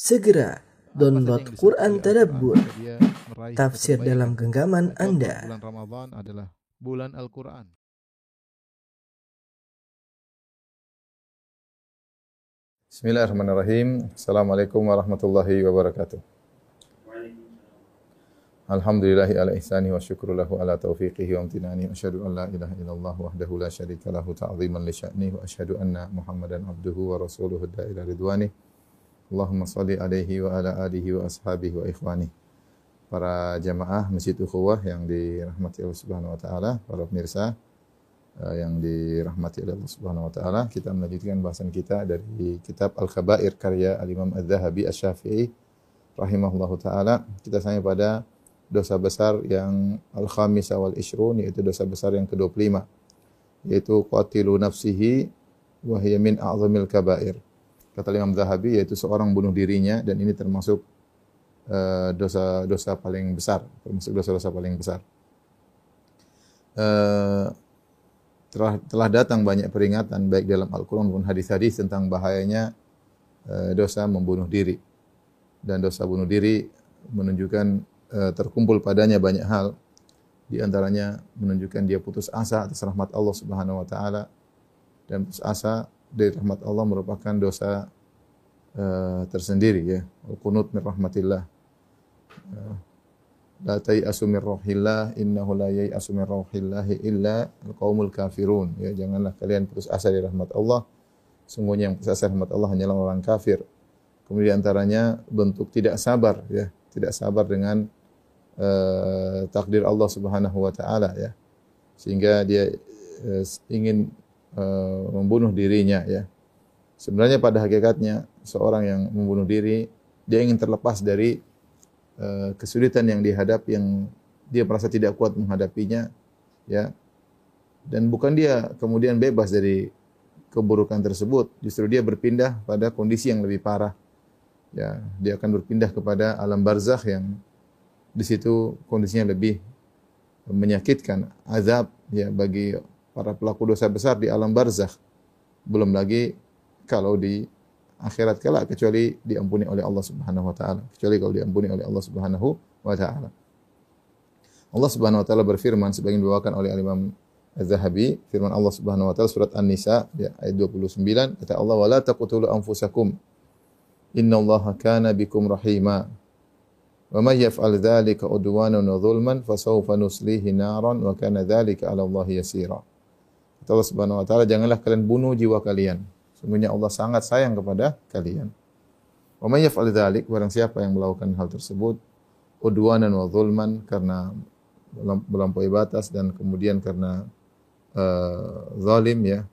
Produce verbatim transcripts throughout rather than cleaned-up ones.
Segera Apa saja download yang disebut Quran oleh Tadabbur, Al-Quran, dia meraih tafsir keterbaik. dalam genggaman Contoh, Anda. bulan Ramadan adalah bulan Al-Quran. Bismillahirrahmanirrahim. Assalamualaikum warahmatullahi wabarakatuh. Alhamdulillahi ala ihsani wa syukru lahu ala taufiqihi wa amtinani. Asyhadu an la ilaha illallah wahdahu la syarika lahu ta'ziman li sya'ni wa asyhadu anna Muhammadan abduhu wa rasuluhu da'ila ridwani. Allahumma salli alaihi wa ala alihi wa ashabihi wa ikhwani. Para jamaah Masjid Ukhuwah yang dirahmati Allah Subhanahu wa taala, para pemirsa yang dirahmati oleh Allah Subhanahu wa taala, kita melanjutkan bahasan kita dari kitab Al-Khabair karya Al-Imam Adz-Dzahabi Asy-Syafi'i rahimahullahu taala. Kita sampai pada dosa besar yang al-khamisa wal ishrun, yaitu dosa besar yang ke-dua puluh lima, yaitu qatilu nafsihi wa hiya min a'zamil kabair. Kata Imam Adz-Dzahabi, yaitu seorang bunuh dirinya, dan ini termasuk uh, dosa-dosa paling besar, termasuk dosa-dosa paling besar. Uh, Telah, telah datang banyak peringatan baik dalam Al-Quran maupun hadis-hadis tentang bahayanya e, dosa membunuh diri. Dan dosa bunuh diri menunjukkan e, terkumpul padanya banyak hal. Di antaranya menunjukkan dia putus asa atas rahmat Allah Subhanahu wa taala. Dan putus asa dari rahmat Allah merupakan dosa e, tersendiri, ya. Al-qunut min rahmatillah. E, La tai'asu min rauhillah innahu la yai'asu min rauhillahi illa al-qaumul kafirun. Ya, janganlah kalian putus asa dari rahmat Allah. Sungguhnya yang putus asa dari rahmat Allah hanyalah orang kafir. Kemudian antaranya bentuk tidak sabar, ya, tidak sabar dengan uh, takdir Allah Subhanahu wa taala, ya. Sehingga dia uh, ingin uh, membunuh dirinya, ya. Sebenarnya pada hakikatnya seorang yang membunuh diri, dia ingin terlepas dari Uh, kesulitan yang dihadapi, yang dia merasa tidak kuat menghadapinya, ya. Dan bukan dia kemudian bebas dari keburukan tersebut, justru dia berpindah pada kondisi yang lebih parah, ya. Dia akan berpindah kepada alam barzakh yang di situ kondisinya lebih menyakitkan, azab, ya, bagi para pelaku dosa besar di alam barzakh. Belum lagi kalau di akhirat kelak, kecuali diampuni oleh Allah Subhanahu wa taala, kecuali kalau diampuni oleh Allah Subhanahu wa taala. Allah Subhanahu wa taala berfirman sebagaimana dibawakan oleh Imam Az-Zahabi, firman Allah Subhanahu wa taala surat An-Nisa, ya, ayat dua puluh sembilan, kata Allah, "Wala taqtulu anfusakum innallaha kana bikum rahima wa may yaf'al dzalika udwanan wa dzulman fasawfa nuslihi naran wa kana dzalika 'ala Allahi yasira." Kata Allah Subhanahu wa taala, janganlah kalian bunuh jiwa kalian. Sungguhnya Allah sangat sayang kepada kalian. Wa may yaf'al dzalik, barang siapa yang melakukan hal tersebut, udwanan wa zulman, karena melampaui batas dan kemudian karena uh, zalim, ya,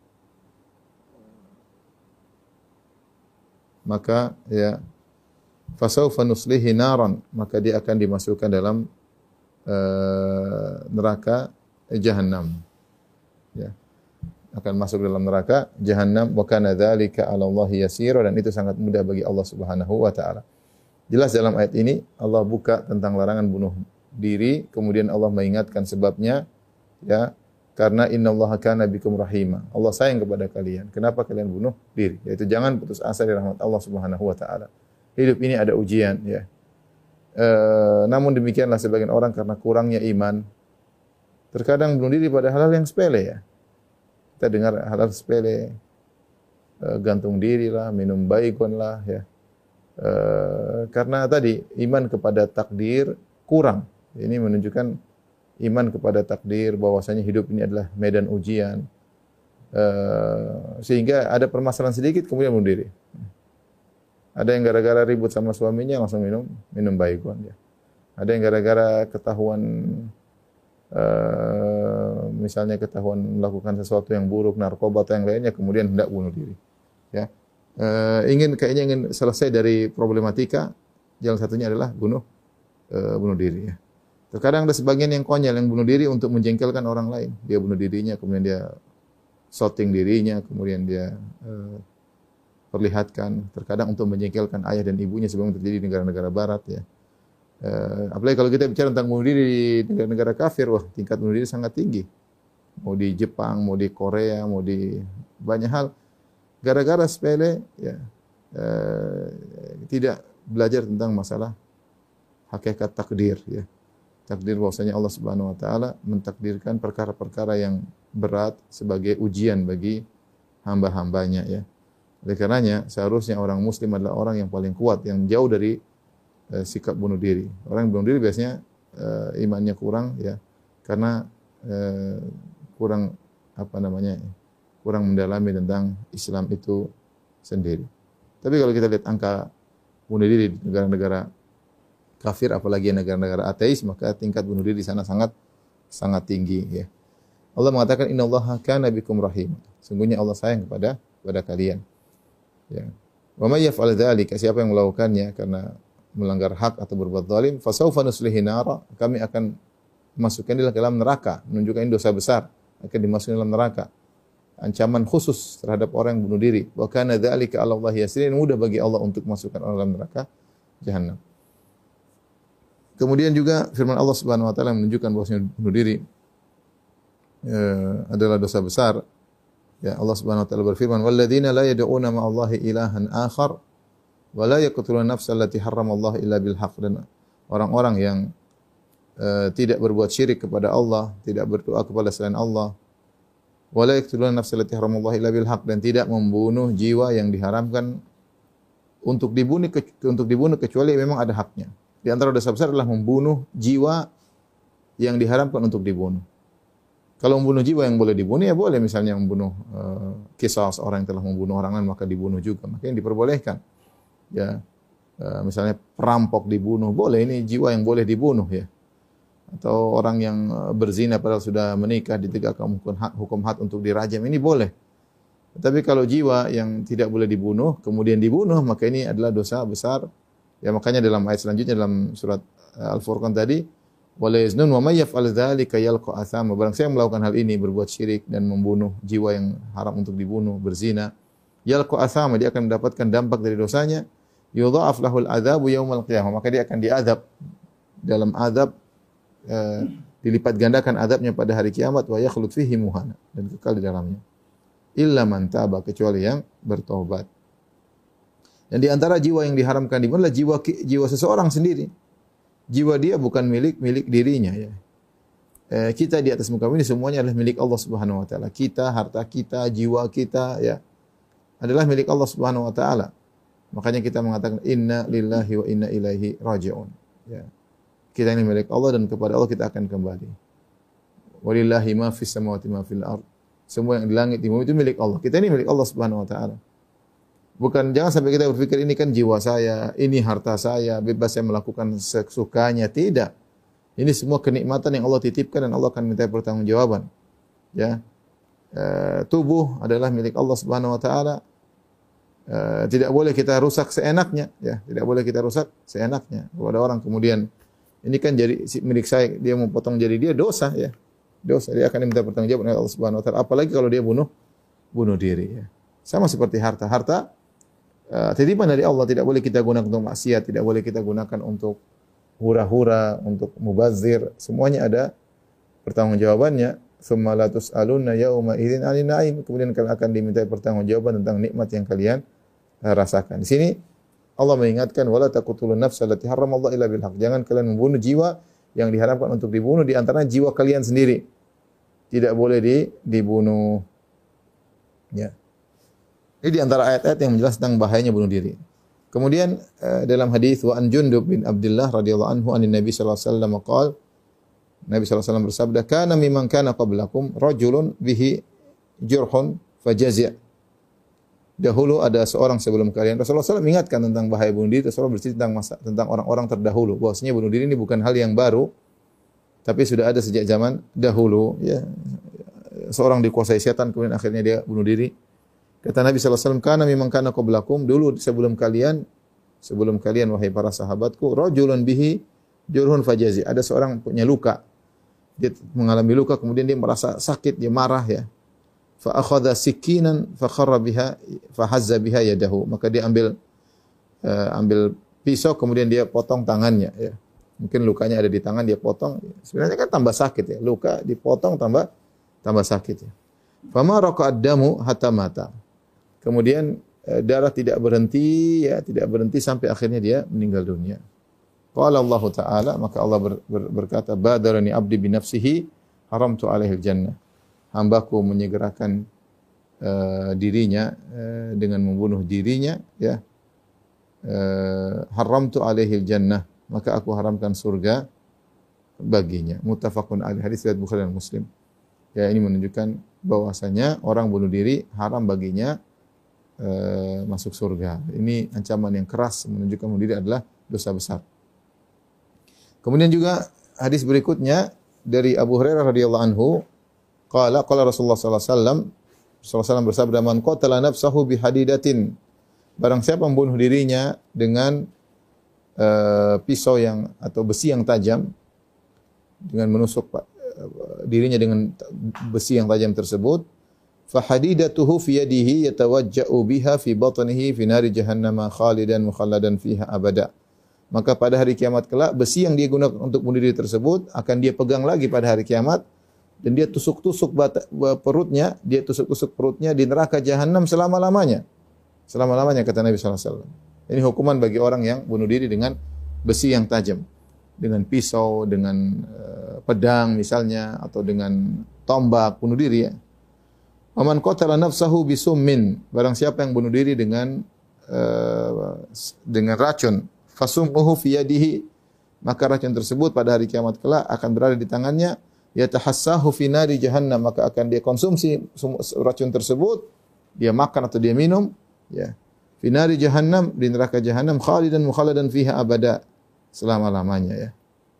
maka, ya, fasawfa nuslihi naran, maka dia akan dimasukkan dalam uh, neraka Jahannam, ya, akan masuk dalam neraka Jahannam. Wa kana dzalika 'ala Allahi yasira, dan itu sangat mudah bagi Allah Subhanahu wa taala. Jelas dalam ayat ini Allah buka tentang larangan bunuh diri, kemudian Allah mengingatkan sebabnya, ya, karena innallaha kana bikum rahima. Allah sayang kepada kalian. Kenapa kalian bunuh diri? Yaitu jangan putus asa dari rahmat Allah Subhanahu wa taala. Hidup ini ada ujian, ya. E, namun demikianlah sebagian orang karena kurangnya iman terkadang bunuh diri pada hal-hal yang sepele, ya. Kita dengar hal-hal sepele, gantung diri lah, minum baygon lah, ya. E, karena tadi iman kepada takdir kurang. Ini menunjukkan iman kepada takdir, bahwasanya hidup ini adalah medan ujian. E, sehingga ada permasalahan sedikit kemudian bunuh diri. Ada yang gara-gara ribut sama suaminya langsung minum minum baygon, ya. Ada yang gara-gara ketahuan Uh, misalnya ketahuan melakukan sesuatu yang buruk, narkoba atau yang lainnya, kemudian hendak bunuh diri, ya. Uh, ingin kayaknya ingin selesai dari problematika, jalan satunya adalah bunuh uh, bunuh diri, ya. Terkadang ada sebagian yang konyol yang bunuh diri untuk menjengkelkan orang lain. Dia bunuh dirinya, kemudian dia shooting dirinya, kemudian dia uh, perlihatkan, terkadang untuk menjengkelkan ayah dan ibunya, sebagaimana terjadi di negara-negara barat, ya. Uh, apalagi kalau kita bicara tentang bunuh diri di negara-negara kafir, wah, tingkat bunuh diri sangat tinggi. Mau di Jepang, mau di Korea, mau di banyak hal, gara-gara sepele, ya. Uh, tidak belajar tentang masalah hakikat takdir ya. Takdir bahwasanya Allah Subhanahu wa taala mentakdirkan perkara-perkara yang berat sebagai ujian bagi hamba-hambanya ya. Oleh karenanya seharusnya orang muslim adalah orang yang paling kuat, yang jauh dari uh, sikap bunuh diri. Orang yang bunuh diri biasanya uh, imannya kurang ya, karena uh, kurang apa namanya? kurang mendalami tentang Islam itu sendiri. Tapi kalau kita lihat angka bunuh diri di negara-negara kafir, apalagi negara-negara ateis, maka tingkat bunuh diri di sana sangat sangat tinggi ya. Allah mengatakan innallaha kana bikum rahim. Sungguhnya Allah sayang kepada kepada kalian. Ya. Wa may yaf'al dzalika, siapa yang melakukannya karena melanggar hak atau berbuat zalim, fasawfa nuslihi nara, kami akan masukkan dia ke dalam neraka, menunjukkan ini dosa besar, akan dimasukkan dalam neraka. Ancaman khusus terhadap orang yang bunuh diri. Wa kana dzalika 'ala Allah yasir, mudah bagi Allah untuk masukkan orang dalam neraka jahanam. Kemudian juga firman Allah Subhanahu wa taala menunjukkan bahwasanya bunuh diri uh, adalah dosa besar. Ya, Allah Subhanahu wa taala berfirman, "Walladzina la yad'una ma'allahi ilahan akhar wa la yaqtuluna nafsa allati harramallahu illa bil haqq." Dan orang-orang yang uh, tidak berbuat syirik kepada Allah, tidak berdoa kepada selain Allah, wa la yaqtuluna nafsa allati harramallahu illa bil haqq, dan tidak membunuh jiwa yang diharamkan untuk dibunuh untuk dibunuh kecuali memang ada haknya. Di antara dosa besar adalah membunuh jiwa yang diharamkan untuk dibunuh. Kalau membunuh jiwa yang boleh dibunuh, ya boleh, misalnya membunuh uh, kisah orang yang telah membunuh orang lain maka dibunuh juga, maka yang diperbolehkan. Ya, uh, misalnya perampok dibunuh, boleh, ini jiwa yang boleh dibunuh ya. Atau orang yang uh, berzina padahal sudah menikah ditegakkan hukum had, hukum had untuk dirajam, ini boleh. Tapi kalau jiwa yang tidak boleh dibunuh kemudian dibunuh, maka ini adalah dosa besar. Ya, makanya dalam ayat selanjutnya dalam surat uh, Al-Furqan tadi, wala yaznun wa may yaf'al dzalika yalqa athama, barang siapa melakukan hal ini, berbuat syirik dan membunuh jiwa yang haram untuk dibunuh, berzina, yalqa athama, dia akan mendapatkan dampak dari dosanya, yudha'af lahul adzabu yaumal qiyamah, maka dia akan diazab dalam azab, eh, dilipat gandakan azabnya pada hari kiamat, wa yakhlud fihi muhana, dan kekal di dalamnya. Illa man taba, kecuali yang bertobat. Dan di antara jiwa yang diharamkan dibunuh adalah jiwa jiwa seseorang sendiri. Jiwa dia bukan milik milik dirinya ya. Eh, kita di atas muka bumi semuanya adalah milik Allah Subhanahu wa taala. Kita, harta kita, jiwa kita ya adalah milik Allah Subhanahu wa taala. Makanya kita mengatakan inna lillahi wa inna ilaihi raji'un. Ya. Kita ini milik Allah dan kepada Allah kita akan kembali. Walillahi ma fis samawati ma fil ard. Semua yang di langit di bumi itu milik Allah. Kita ini milik Allah Subhanahu wa taala. Bukan, jangan sampai kita berpikir ini kan jiwa saya, ini harta saya, bebas saya melakukan sesukanya. Tidak. Ini semua kenikmatan yang Allah titipkan dan Allah akan minta pertanggungjawaban. Ya. E, tubuh adalah milik Allah Subhanahu wa taala. E, tidak boleh kita rusak seenaknya, ya. Tidak boleh kita rusak seenaknya. Kalau ada orang kemudian ini kan jadi milik saya, dia mau potong jadi dia, dosa ya. Dosa, dia akan minta pertanggungjawaban oleh Allah Subhanahu wa taala. Apalagi kalau dia bunuh bunuh diri ya. Sama seperti harta. Harta Uh, titipan dari Allah, tidak boleh kita gunakan untuk maksiat, tidak boleh kita gunakan untuk hura-hura, untuk mubazir. Semuanya ada pertanggungjawabannya. Tsumma la tus'aluna yauma idzin 'anil na'im. Kemudian kalian akan diminta pertanggungjawaban tentang nikmat yang kalian uh, rasakan. Di sini Allah mengingatkan wala taqtulun nafsa allati harramallahu illa bil haqq. Jangan kalian membunuh jiwa yang diharapkan untuk dibunuh, di antaranya jiwa kalian sendiri. Tidak boleh di, dibunuh. Ya. Ini di antara ayat-ayat yang menjelaskan tentang bahayanya bunuh diri. Kemudian uh, dalam hadis wa an Jundub bin Abdullah radhiyallahu anhu anin Nabi sallallahu alaihi wasallam qaal, Nabi sallallahu alaihi wasallam bersabda, kana mimman kana qablakum rajulun bihi jurhun fajazi'. Dahulu ada seorang sebelum kalian. Rasulullah sallallahu alaihi wasallam mengingatkan tentang bahaya bunuh diri. Rasulullah bercerita tentang masa, tentang orang-orang terdahulu. Bahwasanya bunuh diri ini bukan hal yang baru, tapi sudah ada sejak zaman dahulu. Ya, seorang dikuasai setan kemudian akhirnya dia bunuh diri. Kata Nabi sallallahu alaihi wasallam, kana mimman kana qablakum, dulu sebelum kalian, sebelum kalian wahai para sahabatku, rajulun bihi jurhun fajazi. Ada seorang punya luka. Dia mengalami luka kemudian dia merasa sakit, dia marah ya. Fa akhadha sikinan fa kharra biha fa hazza biha yadahu. Maka dia ambil uh, ambil pisau kemudian dia potong tangannya ya. Mungkin lukanya ada di tangan, dia potong. Sebenarnya kan tambah sakit ya. Luka dipotong tambah tambah sakit ya. Fama raqa'ad damu hatta mata. Kemudian uh, darah tidak berhenti, ya, tidak berhenti sampai akhirnya dia meninggal dunia. Qala Allah Ta'ala, maka Allah ber, ber, berkata, badarani abdi binafsihi haramtu alaihil jannah. Hambaku menyegerakan uh, dirinya uh, dengan membunuh dirinya, ya. Uh, haramtu alaihil jannah, maka aku haramkan surga baginya. Muttafaqun alaih, hadis riwayat Bukhari dan Muslim. Ya, ini menunjukkan bahwasanya orang bunuh diri haram baginya uh, masuk surga. Ini ancaman yang keras, menunjukkan bunuh diri adalah dosa besar. Kemudian juga hadis berikutnya dari Abu Hurairah radhiyallahu anhu, qala qala Rasulullah sallallahu alaihi wasallam, Rasulullah sallallahu alaihi wasallam bersabda, man qatala nafsahu bihadidatin, barang siapa membunuh dirinya dengan uh, pisau yang atau besi yang tajam, dengan menusuk uh, dirinya dengan besi yang tajam tersebut, fa hadidatuhu fi yadihi yatawajja'u biha fi batnihi fi nari jahannam khalidan mukhalladan fiha abada. Maka pada hari kiamat kelak, besi yang dia gunakan untuk bunuh diri tersebut akan dia pegang lagi pada hari kiamat, dan dia tusuk-tusuk perutnya, dia tusuk-tusuk perutnya di neraka jahanam selama-lamanya. Selama-lamanya, kata Nabi sallallahu alaihi wasallam. Ini hukuman bagi orang yang bunuh diri dengan besi yang tajam, dengan pisau, dengan uh, pedang misalnya, atau dengan tombak, bunuh diri, ya. Waman qatala nafsahu bisummin, barang siapa yang bunuh diri dengan uh, dengan racun, fasumuhu fi yadihi, maka racun tersebut pada hari kiamat kelak akan berada di tangannya, yatahassahu fi nari jahannam, maka akan dia konsumsi racun tersebut, dia makan atau dia minum, ya, fi nari jahannam, di neraka jahannam, khalidan mukhalladan fiha abada, selama-lamanya, ya.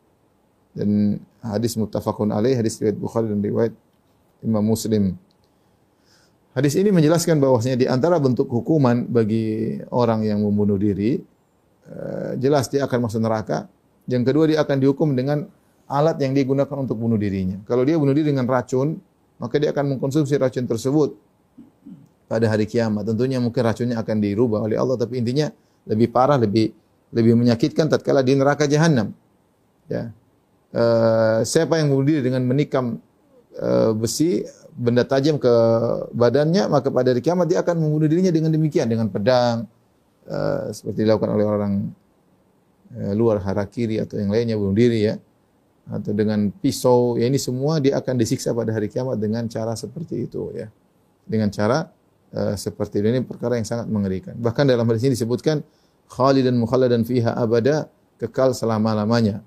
Dan hadis muttafaqun alaih, hadis riwayat Bukhari dan riwayat Imam Muslim. Hadis ini menjelaskan bahwasanya di antara bentuk hukuman bagi orang yang membunuh diri, jelas dia akan masuk neraka. Yang kedua, dia akan dihukum dengan alat yang digunakan untuk bunuh dirinya. Kalau dia bunuh diri dengan racun, maka dia akan mengkonsumsi racun tersebut pada hari kiamat. Tentunya mungkin racunnya akan dirubah oleh Allah, tapi intinya lebih parah, lebih lebih menyakitkan tatkala di neraka jahanam. Ya. Uh, siapa yang bunuh diri dengan menikam uh, besi, benda tajam ke badannya, maka pada hari kiamat dia akan membunuh dirinya dengan demikian, dengan pedang, Uh, seperti dilakukan oleh orang uh, luar harakiri atau yang lainnya, bunuh diri, ya, atau dengan pisau, ya, ini semua dia akan disiksa pada hari kiamat dengan cara seperti itu, ya, dengan cara uh, seperti ini. Perkara yang sangat mengerikan. Bahkan dalam hadis ini disebutkan khalidan mukhalladan fiha abada, kekal selama-lamanya.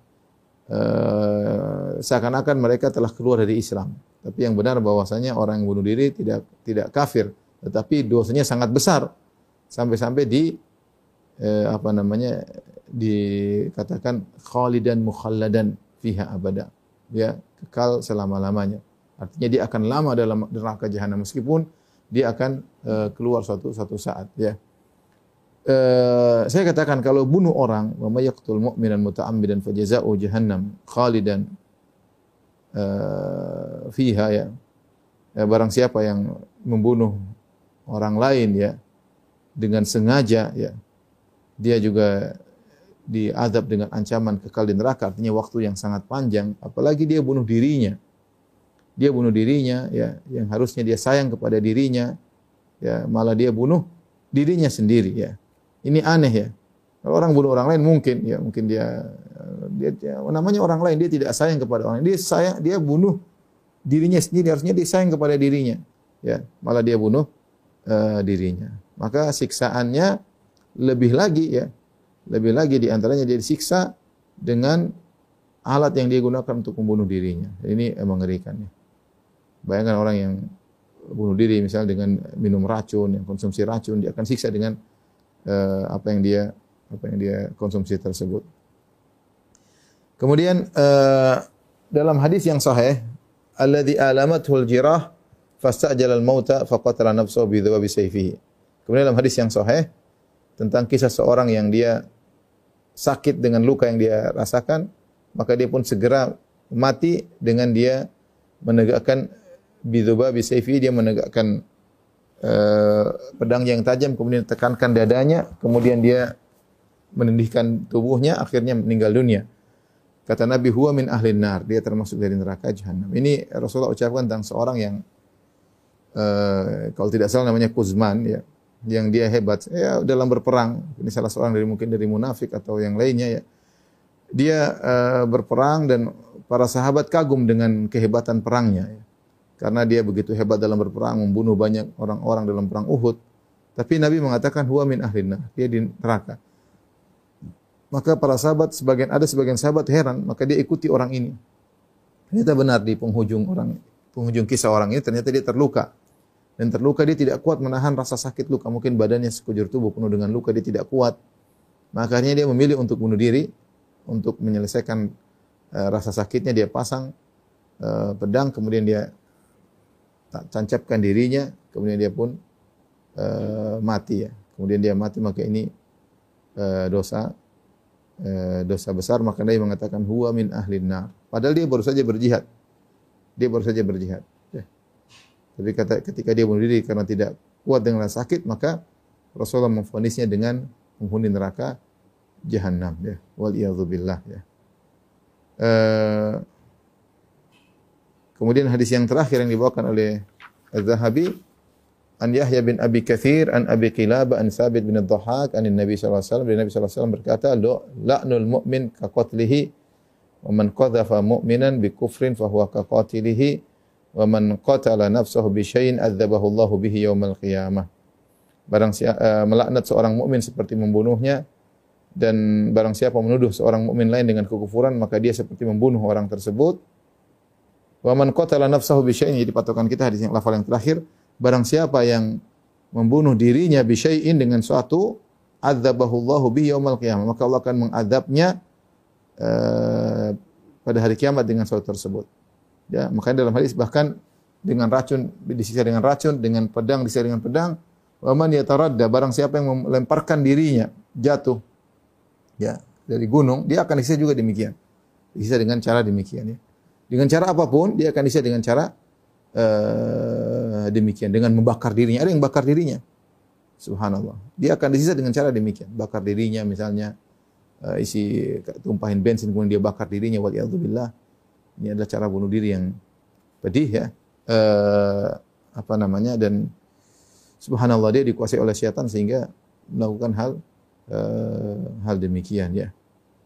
Uh, seakan-akan mereka telah keluar dari Islam. Tapi yang benar bahwasanya orang yang bunuh diri tidak tidak kafir, tetapi dosanya sangat besar, sampai-sampai di Eh, apa namanya dikatakan khalidan mukhalladan fiha abada, ya, kekal selama-lamanya. Artinya dia akan lama dalam neraka jahanam meskipun dia akan uh, keluar suatu suatu saat, ya. Uh, saya katakan kalau bunuh orang, wa may yaqtul mu'minan muta'ammidan fajaza'u jahannam khalidan uh, fiha, ya. Ya, barang siapa yang membunuh orang lain, ya, dengan sengaja, ya, dia juga diazab dengan ancaman kekal di neraka, artinya waktu yang sangat panjang. Apalagi dia bunuh dirinya. Dia bunuh dirinya, ya, yang harusnya dia sayang kepada dirinya, ya, malah dia bunuh dirinya sendiri, ya. Ini aneh, ya. Kalau orang bunuh orang lain mungkin, ya, mungkin dia dia, dia namanya orang lain, dia tidak sayang kepada orang lain. Dia sayang, dia bunuh dirinya sendiri, harusnya dia sayang kepada dirinya, ya, malah dia bunuh uh, dirinya. Maka siksaannya lebih lagi, ya, lebih lagi di antaranya dia disiksa dengan alat yang dia gunakan untuk membunuh dirinya. Ini mengerikan, ya. Bayangkan orang yang bunuh diri misalnya dengan minum racun, yang konsumsi racun, dia akan siksa dengan uh, apa yang dia apa yang dia konsumsi tersebut. Kemudian uh, dalam hadis yang sahih, alladzi alamatul jirah fastajala al-mauta faqatala nafsahu bi dhawabi sayfihi. Kemudian dalam hadis yang sahih tentang kisah seorang yang dia sakit dengan luka yang dia rasakan, maka dia pun segera mati dengan dia menegakkan bidhuba bisayfi, dia menegakkan uh, pedang yang tajam, kemudian tekankan dadanya, kemudian dia menindihkan tubuhnya, akhirnya meninggal dunia. Kata Nabi, huwa min ahlin nar, dia termasuk dari neraka jahanam. Ini Rasulullah ucapkan tentang seorang yang uh, kalau tidak salah namanya Kuzman, ya. yang dia hebat ya dalam berperang. Ini salah seorang dari mungkin dari munafik atau yang lainnya ya. Dia uh, berperang dan para sahabat kagum dengan kehebatan perangnya ya. Karena dia begitu hebat dalam berperang, membunuh banyak orang-orang dalam perang Uhud. Tapi Nabi mengatakan huwa min ahlin nar, dia di neraka. Maka para sahabat sebagian ada sebagian sahabat heran, maka dia ikuti orang ini. Ternyata benar di penghujung orang penghujung kisah orang ini ternyata dia terluka. Dan terluka dia tidak kuat menahan rasa sakit luka, mungkin badannya sekujur tubuh penuh dengan luka, dia tidak kuat. Makanya dia memilih untuk bunuh diri untuk menyelesaikan uh, rasa sakitnya. Dia pasang uh, pedang, kemudian dia tancapkan dirinya, kemudian dia pun uh, mati ya. Kemudian dia mati, maka ini uh, dosa uh, dosa besar. Maka dia mengatakan huwa min ahlin nar. Padahal dia baru saja berjihad. Dia baru saja berjihad. Ya. Tapi kata, ketika dia bunuh diri karena tidak kuat dengan rasa sakit, maka Rasulullah memvonisnya dengan penghuni neraka Jahannam ya. Wal iyadzubillah ya. Uh, kemudian hadis yang terakhir yang dibawakan oleh Az-Zahabi, an Yahya bin Abi Katsir an Abi Qilabah an Thabit bin Ad-Dhahhak an Nabi sallallahu alaihi wasallam, Nabi sallallahu alaihi wasallam berkata, la'nul mu'min ka qatlihi wa man qadhafa mu'minan bi kufrin fa huwa ka qatilihi wa man qatala nafsahu bi syai'in adzabahu Allahu bihi yaumal qiyamah. Barang siapa uh, melaknat seorang mukmin seperti membunuhnya, dan barang siapa menuduh seorang mukmin lain dengan kekufuran, maka dia seperti membunuh orang tersebut. Wa man qatala nafsahu bi syai'in, jadi patokan kita hadis yang lafal yang terakhir, barang siapa yang membunuh dirinya bi syai'in dengan suatu, adzabahu Allahu bihi yaumal qiyamah, maka Allah akan mengadabnya uh, pada hari kiamat dengan suatu tersebut. Ya, makanya dalam hadis bahkan dengan racun disiksa dengan racun, dengan pedang disiksa dengan pedang. Wa man yataradda, barang siapa yang melemparkan dirinya jatuh ya dari gunung, dia akan disiksa juga demikian. Disiksa dengan cara demikian ya. Dengan cara apapun dia akan disiksa dengan cara uh, demikian, dengan membakar dirinya. Ada yang bakar dirinya. Subhanallah. Dia akan disiksa dengan cara demikian, bakar dirinya misalnya, uh, isi tumpahin bensin kemudian dia bakar dirinya, wal iyadzubillah. Ini adalah cara bunuh diri yang pedih ya. Uh, apa namanya, dan subhanallah dia dikuasai oleh syaitan sehingga melakukan hal uh, hal demikian ya.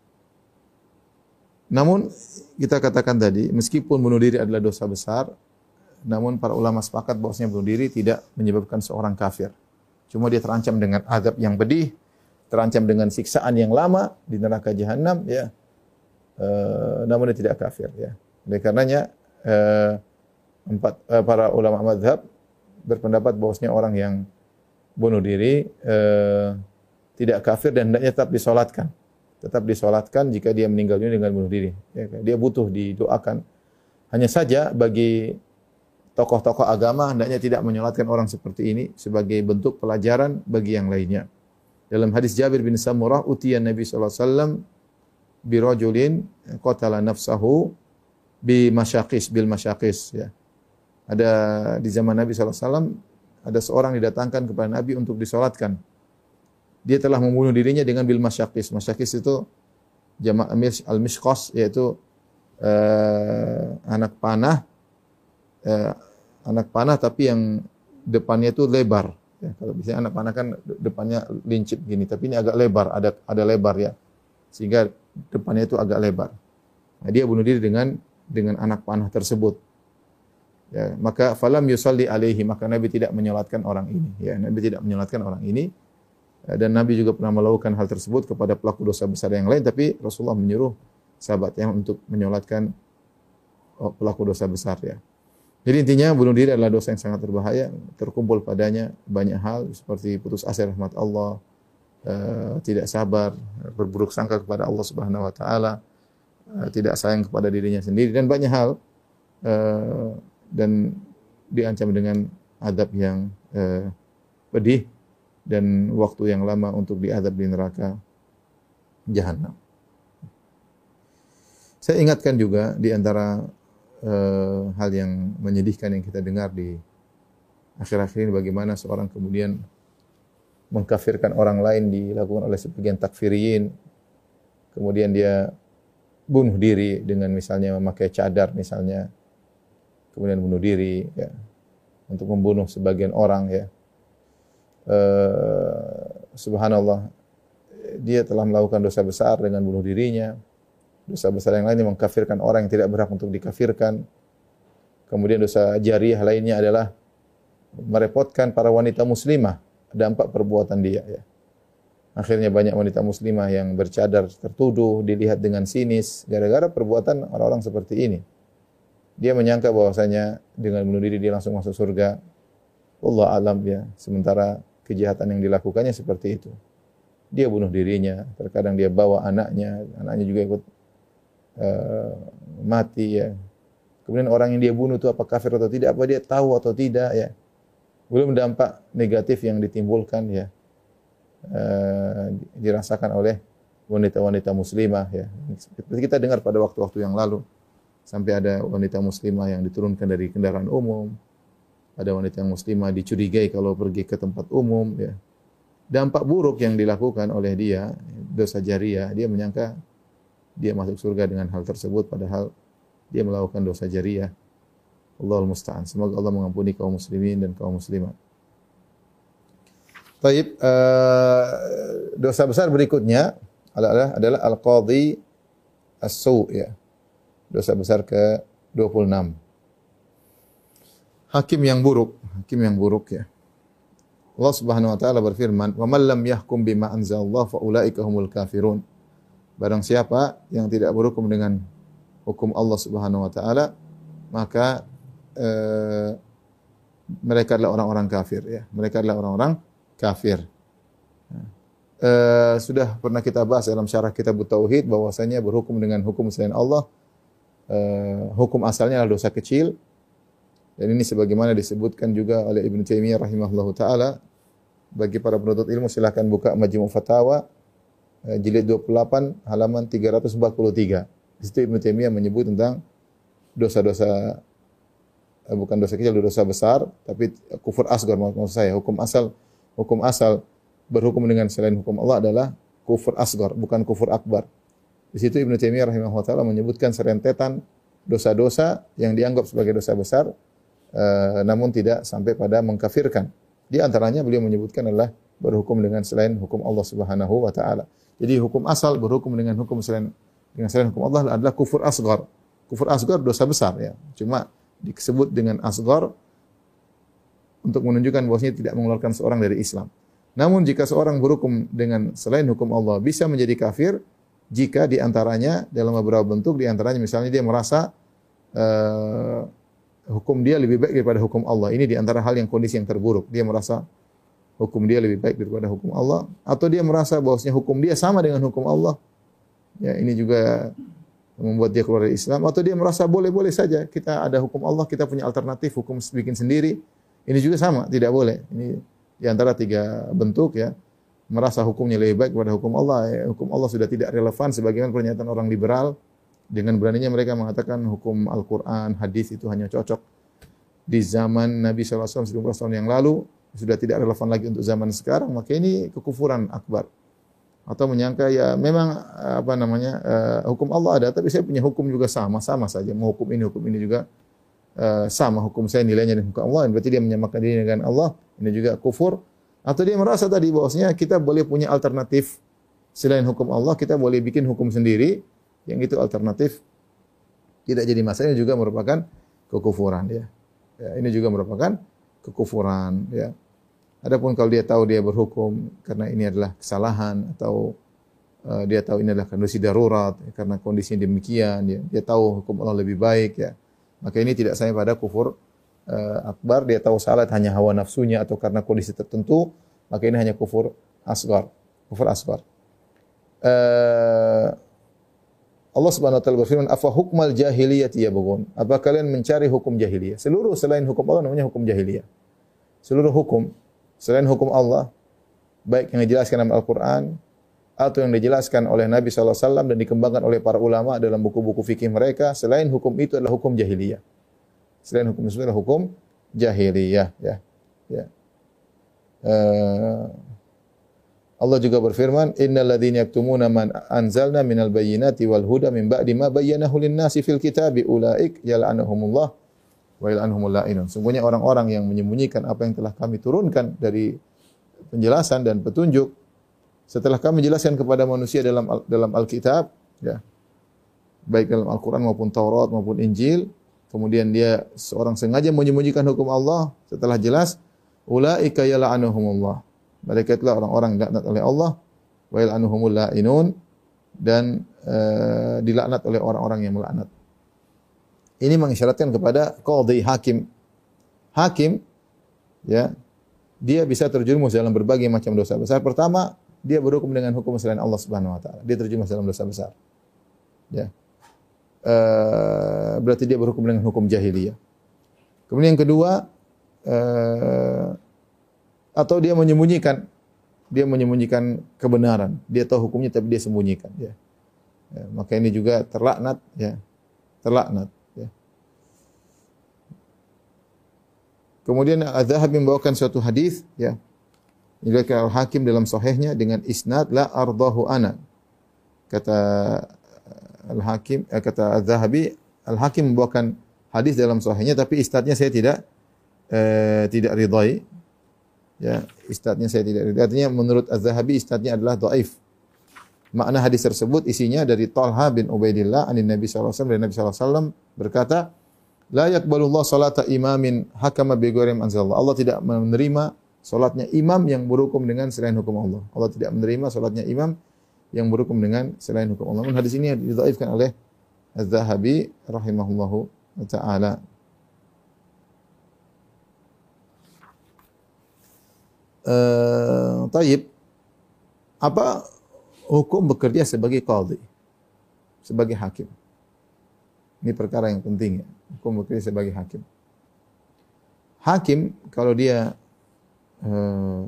Namun kita katakan tadi, meskipun bunuh diri adalah dosa besar, namun para ulama sepakat bahwasanya bunuh diri tidak menyebabkan seorang kafir. Cuma dia terancam dengan azab yang pedih, terancam dengan siksaan yang lama di neraka Jahannam ya. Uh, namun dia tidak kafir ya. Oleh karenanya uh, empat uh, para ulama mazhab berpendapat bahwasanya orang yang bunuh diri uh, tidak kafir dan hendaknya tetap disolatkan. Tetap disolatkan jika dia meninggal dunia dengan bunuh diri. Ya, dia butuh didoakan. Hanya saja bagi tokoh-tokoh agama hendaknya tidak menyolatkan orang seperti ini sebagai bentuk pelajaran bagi yang lainnya. Dalam hadis Jabir bin Samurah, utiyan Nabi sallallahu alaihi wasallam bi rajulin qatala nafsahu bi masyaqis bil masyaqis ya. Ada di zaman Nabi sallallahu alaihi wasallam ada seorang didatangkan kepada Nabi untuk disolatkan. Dia telah membunuh dirinya dengan bil masyaqis. Masyaqis itu jamak al-mishqas, yaitu uh, anak panah uh, anak panah tapi yang depannya itu lebar ya. Kalau biasanya anak panah kan depannya lincip gini, tapi ini agak lebar, ada ada lebar ya. Sehingga depannya itu agak lebar. Nah, dia bunuh diri dengan dengan anak panah tersebut. Ya, maka falam yusalli alaihi, maka Nabi tidak menyolatkan orang ini. Ya, Nabi tidak menyolatkan orang ini. Dan Nabi juga pernah melakukan hal tersebut kepada pelaku dosa besar yang lain, tapi Rasulullah menyuruh sahabatnya untuk menyolatkan pelaku dosa besar ya. Jadi intinya bunuh diri adalah dosa yang sangat berbahaya, terkumpul padanya banyak hal seperti putus asa rahmat Allah, uh, tidak sabar, berburuk sangka kepada Allah Subhanahu wa taala, uh, tidak sayang kepada dirinya sendiri dan banyak hal, uh, dan diancam dengan azab yang uh, pedih dan waktu yang lama untuk diazab di neraka Jahannam. Saya ingatkan juga di antara Uh, hal yang menyedihkan yang kita dengar di akhir-akhir ini, bagaimana seorang kemudian mengkafirkan orang lain dilakukan oleh sebagian takfiriyin, kemudian dia bunuh diri dengan misalnya memakai cadar misalnya, kemudian bunuh diri ya, untuk membunuh sebagian orang ya. uh, subhanallah, dia telah melakukan dosa besar dengan bunuh dirinya. Dosa besar yang lainnya mengkafirkan orang yang tidak berhak untuk dikafirkan. Kemudian dosa jariah lainnya adalah merepotkan para wanita muslimah, dampak perbuatan dia, ya. Akhirnya banyak wanita muslimah yang bercadar tertuduh, dilihat dengan sinis gara-gara perbuatan orang-orang seperti ini. Dia menyangka bahwasanya dengan bunuh diri dia langsung masuk surga. Allah alam, ya. Sementara kejahatan yang dilakukannya seperti itu. Dia bunuh dirinya, terkadang dia bawa anaknya, anaknya juga ikut uh, mati, ya. Kemudian orang yang dia bunuh itu apa kafir atau tidak, apa dia tahu atau tidak, ya. Belum dampak negatif yang ditimbulkan, ya. Uh, dirasakan oleh wanita-wanita muslimah, ya. Seperti kita dengar pada waktu-waktu yang lalu, sampai ada wanita muslimah yang diturunkan dari kendaraan umum, ada wanita muslimah dicurigai kalau pergi ke tempat umum, ya. Dampak buruk yang dilakukan oleh dia, dosa jariah, dia menyangka dia masuk surga dengan hal tersebut, padahal dia melakukan dosa jariah. Allahul musta'an. Semoga Allah mengampuni kaum muslimin dan kaum muslimat. Taib, uh, dosa besar berikutnya adalah adalah al-qadhi as-su', ya. Dosa besar ke dua puluh enam. Hakim yang buruk, hakim yang buruk, ya. Allah Subhanahu wa taala berfirman, "Wa man lam yahkum bima anzalallahu fa ulaika humul kafirun." Barang siapa yang tidak berhukum dengan hukum Allah Subhanahu wa taala, maka uh, mereka adalah orang-orang kafir, ya. Mereka adalah orang-orang kafir. Uh, sudah pernah kita bahas dalam syarah kitab Tauhid bahwasanya berhukum dengan hukum selain Allah, uh, hukum asalnya adalah dosa kecil. Dan ini sebagaimana disebutkan juga oleh Ibnu Taimiyah rahimahullahu taala. Bagi para penuntut ilmu silakan buka Majmu' Fatawa uh, jilid dua puluh delapan halaman tiga ratus empat puluh tiga. Di situ Ibnu Taimiyah menyebut tentang dosa-dosa, uh, bukan dosa kecil, dosa besar, tapi kufur asghar maksud saya. Hukum asal Hukum asal berhukum dengan selain hukum Allah adalah kufur asghar, bukan kufur akbar. Di situ Ibnu Taimiyah rahimahullah taala menyebutkan serentetan dosa-dosa yang dianggap sebagai dosa besar, uh, namun tidak sampai pada mengkafirkan. Di antaranya beliau menyebutkan adalah berhukum dengan selain hukum Allah Subhanahu wa taala. Jadi hukum asal berhukum dengan hukum selain dengan selain hukum Allah adalah kufur asghar. Kufur asghar dosa besar, ya. Cuma disebut dengan asghar untuk menunjukkan bahwasanya tidak mengeluarkan seorang dari Islam. Namun jika seorang berhukum dengan selain hukum Allah bisa menjadi kafir jika di antaranya dalam beberapa bentuk, di antaranya misalnya dia merasa uh, hukum dia lebih baik daripada hukum Allah. Ini di antara hal yang kondisi yang terburuk. Dia merasa hukum dia lebih baik daripada hukum Allah, atau dia merasa bahwasanya hukum dia sama dengan hukum Allah. Ya, ini juga membuat dia keluar dari Islam, atau dia merasa boleh-boleh saja kita ada hukum Allah, kita punya alternatif hukum bikin sendiri. Ini juga sama, tidak boleh. Ini di antara tiga bentuk, ya. Merasa hukumnya lebih baik daripada hukum Allah. Ya, hukum Allah sudah tidak relevan sebagaimana pernyataan orang liberal. Dengan beraninya mereka mengatakan hukum Al-Quran, hadis itu hanya cocok di zaman Nabi shallallahu alaihi wasallam seribu tahun yang lalu, sudah tidak relevan lagi untuk zaman sekarang. Maka ini kekufuran akbar. Atau menyangka ya memang apa namanya uh, hukum Allah ada, tapi saya punya hukum juga sama, sama saja. Mau hukum ini, hukum ini juga Uh, sama hukum saya nilainya dengan hukum Allah, berarti dia menyamakan diri dengan Allah, ini juga kufur. Atau dia merasa tadi bahwasanya kita boleh punya alternatif selain hukum Allah, kita boleh bikin hukum sendiri, yang itu alternatif tidak jadi masalah, juga merupakan kekufuran, ya. Ya, ini juga merupakan kekufuran, ya. Adapun kalau dia tahu dia berhukum karena ini adalah kesalahan, atau uh, dia tahu ini adalah kondisi darurat karena kondisinya demikian, ya. Dia tahu hukum Allah lebih baik, ya. Maka ini tidak sampai pada kufur uh, akbar. Dia tahu salah hanya hawa nafsunya atau karena kondisi tertentu, maka ini hanya kufur asghar. Kufur asghar. Uh, Allah Subhanahu wa taala berfirman, "Afa hukmal jahiliyati yabghun?" Apa kalian mencari hukum jahiliyah? Seluruh selain hukum Allah namanya hukum jahiliyah. Seluruh hukum selain hukum Allah, baik yang dijelaskan dalam Al-Qur'an atau yang dijelaskan oleh Nabi shallallahu alaihi wasallam dan dikembangkan oleh para ulama dalam buku-buku fikih mereka, selain hukum itu adalah hukum jahiliyah. Selain hukum itu adalah hukum jahiliyah, ya. Ya. Uh, Allah juga berfirman, "Innal ladzina yaktumuna man anzalna minal bayyinati wal huda min ba'di ma bayyanahu lin-nasi fil kitabi ulaik yal'anuhumullah wa yal'anuhumul la'inun." Sungguhnya orang-orang yang menyembunyikan apa yang telah kami turunkan dari penjelasan dan petunjuk, setelah kami jelaskan kepada manusia dalam dalam Alkitab, ya, baik dalam Al-Quran maupun Taurat maupun Injil, kemudian dia seorang sengaja menyembunyikan hukum Allah, setelah jelas, ulaika yal'anuhumullah. Mereka itulah orang-orang yang dilaknat oleh Allah, wa yal'anuhumul la'inun, dan uh, dilaknat oleh orang-orang yang melaknat. Ini mengisyaratkan kepada qadhi, hakim. Hakim, ya, dia bisa terjerumus dalam berbagai macam dosa besar. Pertama, dia berhukum dengan hukum selain Allah Subhanahu wa taala. Dia terjerumus dalam dosa besar. Ya. Uh, berarti dia berhukum dengan hukum jahiliyah. Kemudian yang kedua, uh, atau dia menyembunyikan, dia menyembunyikan kebenaran. Dia tahu hukumnya tapi dia sembunyikan. Ya. Ya, maka ini juga terlaknat. Ya. Terlaknat. Ya. Kemudian Az-Zahabi membawakan suatu hadis, ya, diriwayatkan Al-Hakim dalam sahihnya dengan isnad la ardahu ana. Kata Al-Hakim, eh, kata Az-Zahabi, Al-Hakim membawakan hadis dalam sahihnya tapi isnadnya saya tidak eh, tidak ridai. Ya, isnadnya saya tidak ridai. Artinya menurut Az-Zahabi isnadnya adalah dhaif. Makna hadis tersebut isinya dari Talha bin Ubaidillah anin Nabi sallallahu alaihi wasallam, dari Nabi sallallahu alaihi wasallam berkata, la yaqbalullah salata imamin hakama bi ghairi ma anzalallah. Allah tidak menerima salatnya imam yang berhukum dengan selain hukum Allah. Allah tidak menerima salatnya imam yang berhukum dengan selain hukum Allah. Hadis ini didhaifkan oleh Az-Zahabi rahimahullahu taala. Eh, taib, apa hukum bekerja sebagai qadhi, sebagai hakim? Ini perkara yang penting, ya. Hukum bekerja sebagai hakim. Hakim kalau dia eh,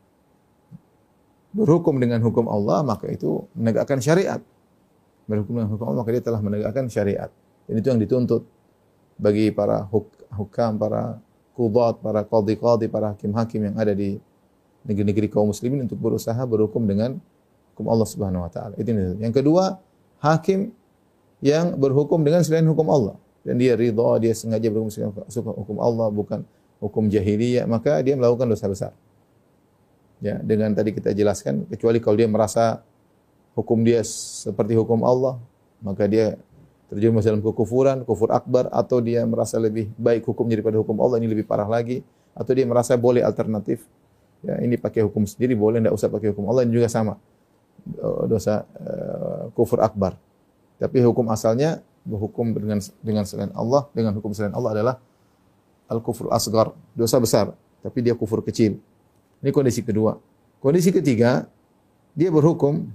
berhukum dengan hukum Allah, maka itu menegakkan syariat. Berhukum dengan hukum Allah, maka dia telah menegakkan syariat. Dan itu yang dituntut bagi para huk hukam, para qudat, para qadhi-qadhi, para hakim-hakim yang ada di negeri-negeri kaum muslimin untuk berusaha berhukum dengan hukum Allah Subhanahu wa taala. Itu yang kedua, hakim yang berhukum dengan selain hukum Allah dan dia ridha, dia sengaja berhukum dengan hukum Allah bukan hukum jahiliyah, maka dia melakukan dosa besar. Ya, dengan tadi kita jelaskan, kecuali kalau dia merasa hukum dia seperti hukum Allah, maka dia terjerumus dalam kekufuran, kufur akbar, atau dia merasa lebih baik hukumnya daripada hukum Allah, ini lebih parah lagi, atau dia merasa boleh alternatif. Ya, ini pakai hukum sendiri boleh, tidak usah pakai hukum Allah, ini juga sama dosa uh, kufur akbar. Tapi hukum asalnya berhukum dengan dengan selain Allah, dengan hukum selain Allah adalah al-kufur asgar, dosa besar, tapi dia kufur kecil. Ini kondisi kedua. Kondisi ketiga, dia berhukum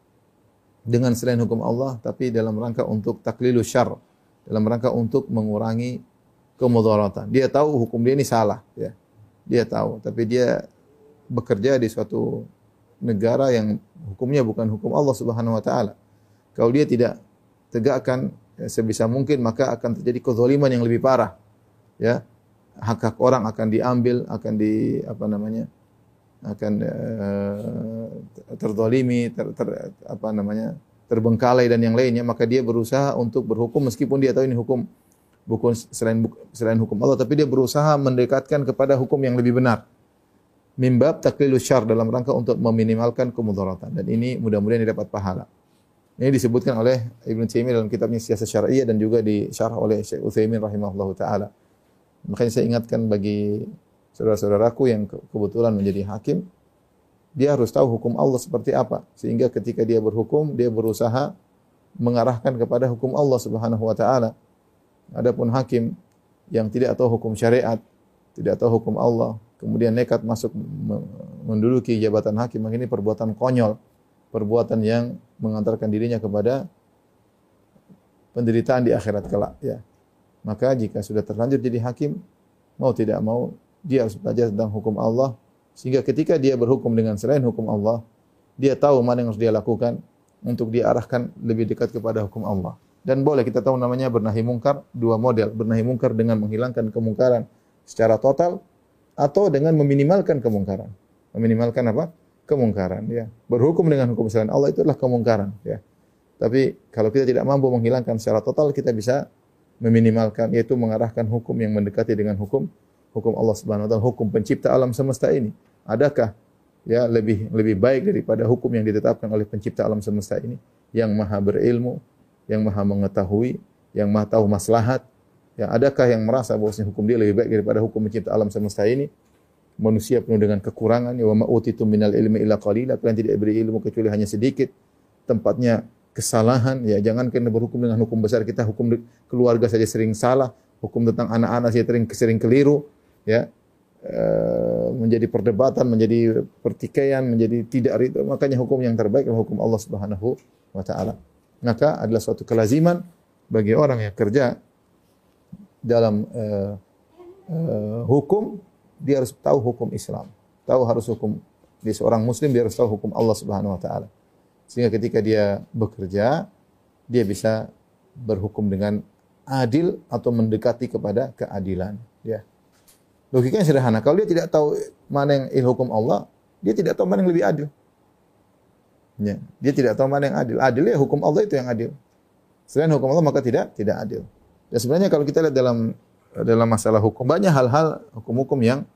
dengan selain hukum Allah, tapi dalam rangka untuk taklilu syarr, dalam rangka untuk mengurangi kemudaratan. Dia tahu hukum dia ini salah, ya. Dia tahu, tapi dia bekerja di suatu negara yang hukumnya bukan hukum Allah Subhanahu wa taala. Kalau dia tidak tegakkan ya, sebisa mungkin, maka akan terjadi kezaliman yang lebih parah. Ya. Hak-hak orang akan diambil, akan di apa namanya? akan uh, terzalimi, ter, ter, apa namanya? terbengkalai dan yang lainnya, maka dia berusaha untuk berhukum meskipun dia tahu ini hukum bukan selain selain hukum Allah, tapi dia berusaha mendekatkan kepada hukum yang lebih benar. Mimbab taklilus syarr, dalam rangka untuk meminimalkan kemudaratan, dan ini mudah-mudahan didapat pahala. Ini disebutkan oleh Ibnu Taimiyah dalam kitabnya Siyasah Syar'iyyah dan juga disyarah oleh Syekh Utsaimin rahimahullahu taala. Makanya saya ingatkan bagi saudara-saudaraku yang kebetulan menjadi hakim, dia harus tahu hukum Allah seperti apa, sehingga ketika dia berhukum, dia berusaha mengarahkan kepada hukum Allah Subhanahu wa taala. Adapun hakim yang tidak tahu hukum syariat, tidak tahu hukum Allah, kemudian nekat masuk menduduki jabatan hakim, maka ini perbuatan konyol, perbuatan yang mengantarkan dirinya kepada penderitaan di akhirat kelak, ya. Maka jika sudah terlanjur jadi hakim, mau tidak mau dia harus belajar tentang hukum Allah, sehingga ketika dia berhukum dengan selain hukum Allah, dia tahu mana yang harus dia lakukan untuk diarahkan lebih dekat kepada hukum Allah. Dan boleh kita tahu namanya bernahi mungkar, dua model, bernahi mungkar dengan menghilangkan kemungkaran secara total, atau dengan meminimalkan kemungkaran. Meminimalkan apa? Kemungkaran, ya. Berhukum dengan hukum selain Allah itu adalah kemungkaran, ya. Tapi kalau kita tidak mampu menghilangkan secara total, kita bisa meminimalkan, yaitu mengarahkan hukum yang mendekati dengan hukum hukum Allah Subhanahu wa taala, hukum pencipta alam semesta ini. Adakah ya lebih lebih baik daripada hukum yang ditetapkan oleh pencipta alam semesta ini, yang maha berilmu, yang maha mengetahui, yang maha tahu maslahat. Ya, adakah yang merasa bahwasanya hukum dia lebih baik daripada hukum pencipta alam semesta ini? Manusia penuh dengan kekurangan, ya wa ma utitum minal ilmi illa qalila, kalian tidak diberi ilmu kecuali hanya sedikit. Tempatnya kesalahan, ya jangan kena berhukum dengan hukum besar kita, hukum keluarga saja sering salah, hukum tentang anak-anak saja sering sering keliru, ya. E, menjadi perdebatan, menjadi pertikaian, menjadi tidak ridho. Makanya hukum yang terbaik adalah hukum Allah Subhanahu wa taala. Maka adalah suatu kelaziman bagi orang yang kerja dalam e, e, hukum, dia harus tahu hukum Islam. Tahu harus hukum, dia seorang muslim, dia harus tahu hukum Allah Subhanahu wa taala. Sehingga ketika dia bekerja, dia bisa berhukum dengan adil atau mendekati kepada keadilan, ya. Logikanya sederhana. Kalau dia tidak tahu mana yang hukum Allah, dia tidak tahu mana yang lebih adil. Ya, dia tidak tahu mana yang adil. Adil ya hukum Allah itu yang adil. Selain hukum Allah maka tidak tidak adil. Dan sebenarnya kalau kita lihat dalam dalam masalah hukum, banyak hal-hal hukum-hukum yang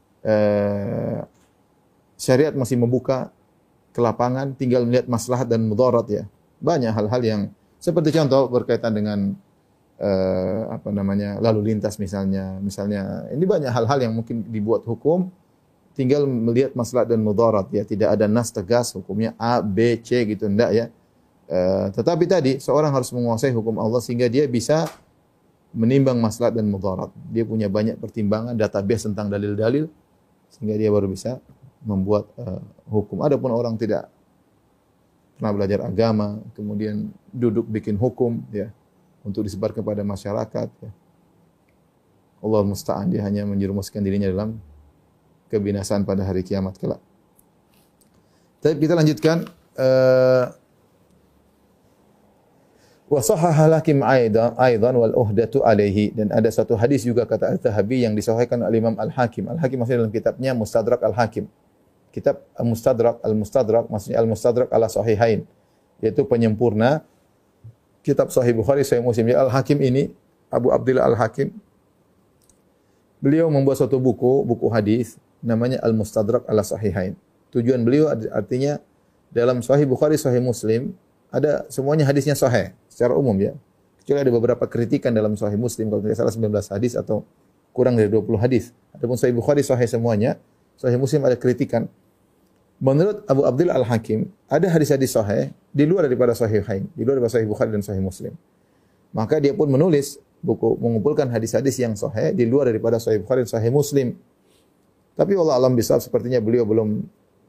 eh, syariat masih membuka ke lapangan, tinggal melihat maslahat dan mudarat, ya. Banyak hal-hal yang seperti contoh berkaitan dengan Uh, apa namanya lalu lintas misalnya, misalnya ini banyak hal-hal yang mungkin dibuat hukum, tinggal melihat maslahat dan mudarat, ya, tidak ada nas tegas hukumnya A, B, C gitu, enggak, ya. Uh, tetapi tadi seorang harus menguasai hukum Allah sehingga dia bisa menimbang maslahat dan mudarat. Dia punya banyak pertimbangan, database tentang dalil-dalil sehingga dia baru bisa membuat uh, hukum. Adapun orang tidak pernah belajar agama, kemudian duduk bikin hukum, ya, untuk disebar kepada masyarakat, ya. Allah musta'an, dia hanya menjerumuskan dirinya dalam kebinasaan pada hari kiamat kelak. Tapi kita lanjutkan. Wa sahhaha al-Hakim aidan aidan wal uhdatu alaihi, dan ada satu hadis juga kata Al-Zahabi yang disahihkan oleh Imam Al-Hakim. Al-Hakim maksudnya dalam kitabnya Mustadrak Al-Hakim. Kitab Al-Mustadrak, Al-Mustadrak maksudnya Al-Mustadrak ala Sahihain, yaitu penyempurna kitab Sahih Bukhari, Sahih Muslim. Ya, Al-Hakim ini, Abu Abdillah Al-Hakim, beliau membuat suatu buku, buku hadis namanya Al-Mustadrak ala Sahihain. Tujuan beliau artinya dalam Sahih Bukhari, Sahih Muslim ada semuanya hadisnya sahih secara umum, ya. Kecuali ada beberapa kritikan dalam Sahih Muslim, kalau tidak salah sembilan belas hadis atau kurang dari dua puluh hadis. Adapun Sahih Bukhari sahih semuanya, Sahih Muslim ada kritikan. Menurut Abu Abdillah Al-Hakim, ada hadis-hadis sahih di luar daripada Sahihain, di luar daripada Sahih Bukhari dan Sahih Muslim. Maka dia pun menulis buku mengumpulkan hadis-hadis yang sahih di luar daripada Sahih Bukhari dan Sahih Muslim. Tapi wallah alam bisawab, sepertinya beliau belum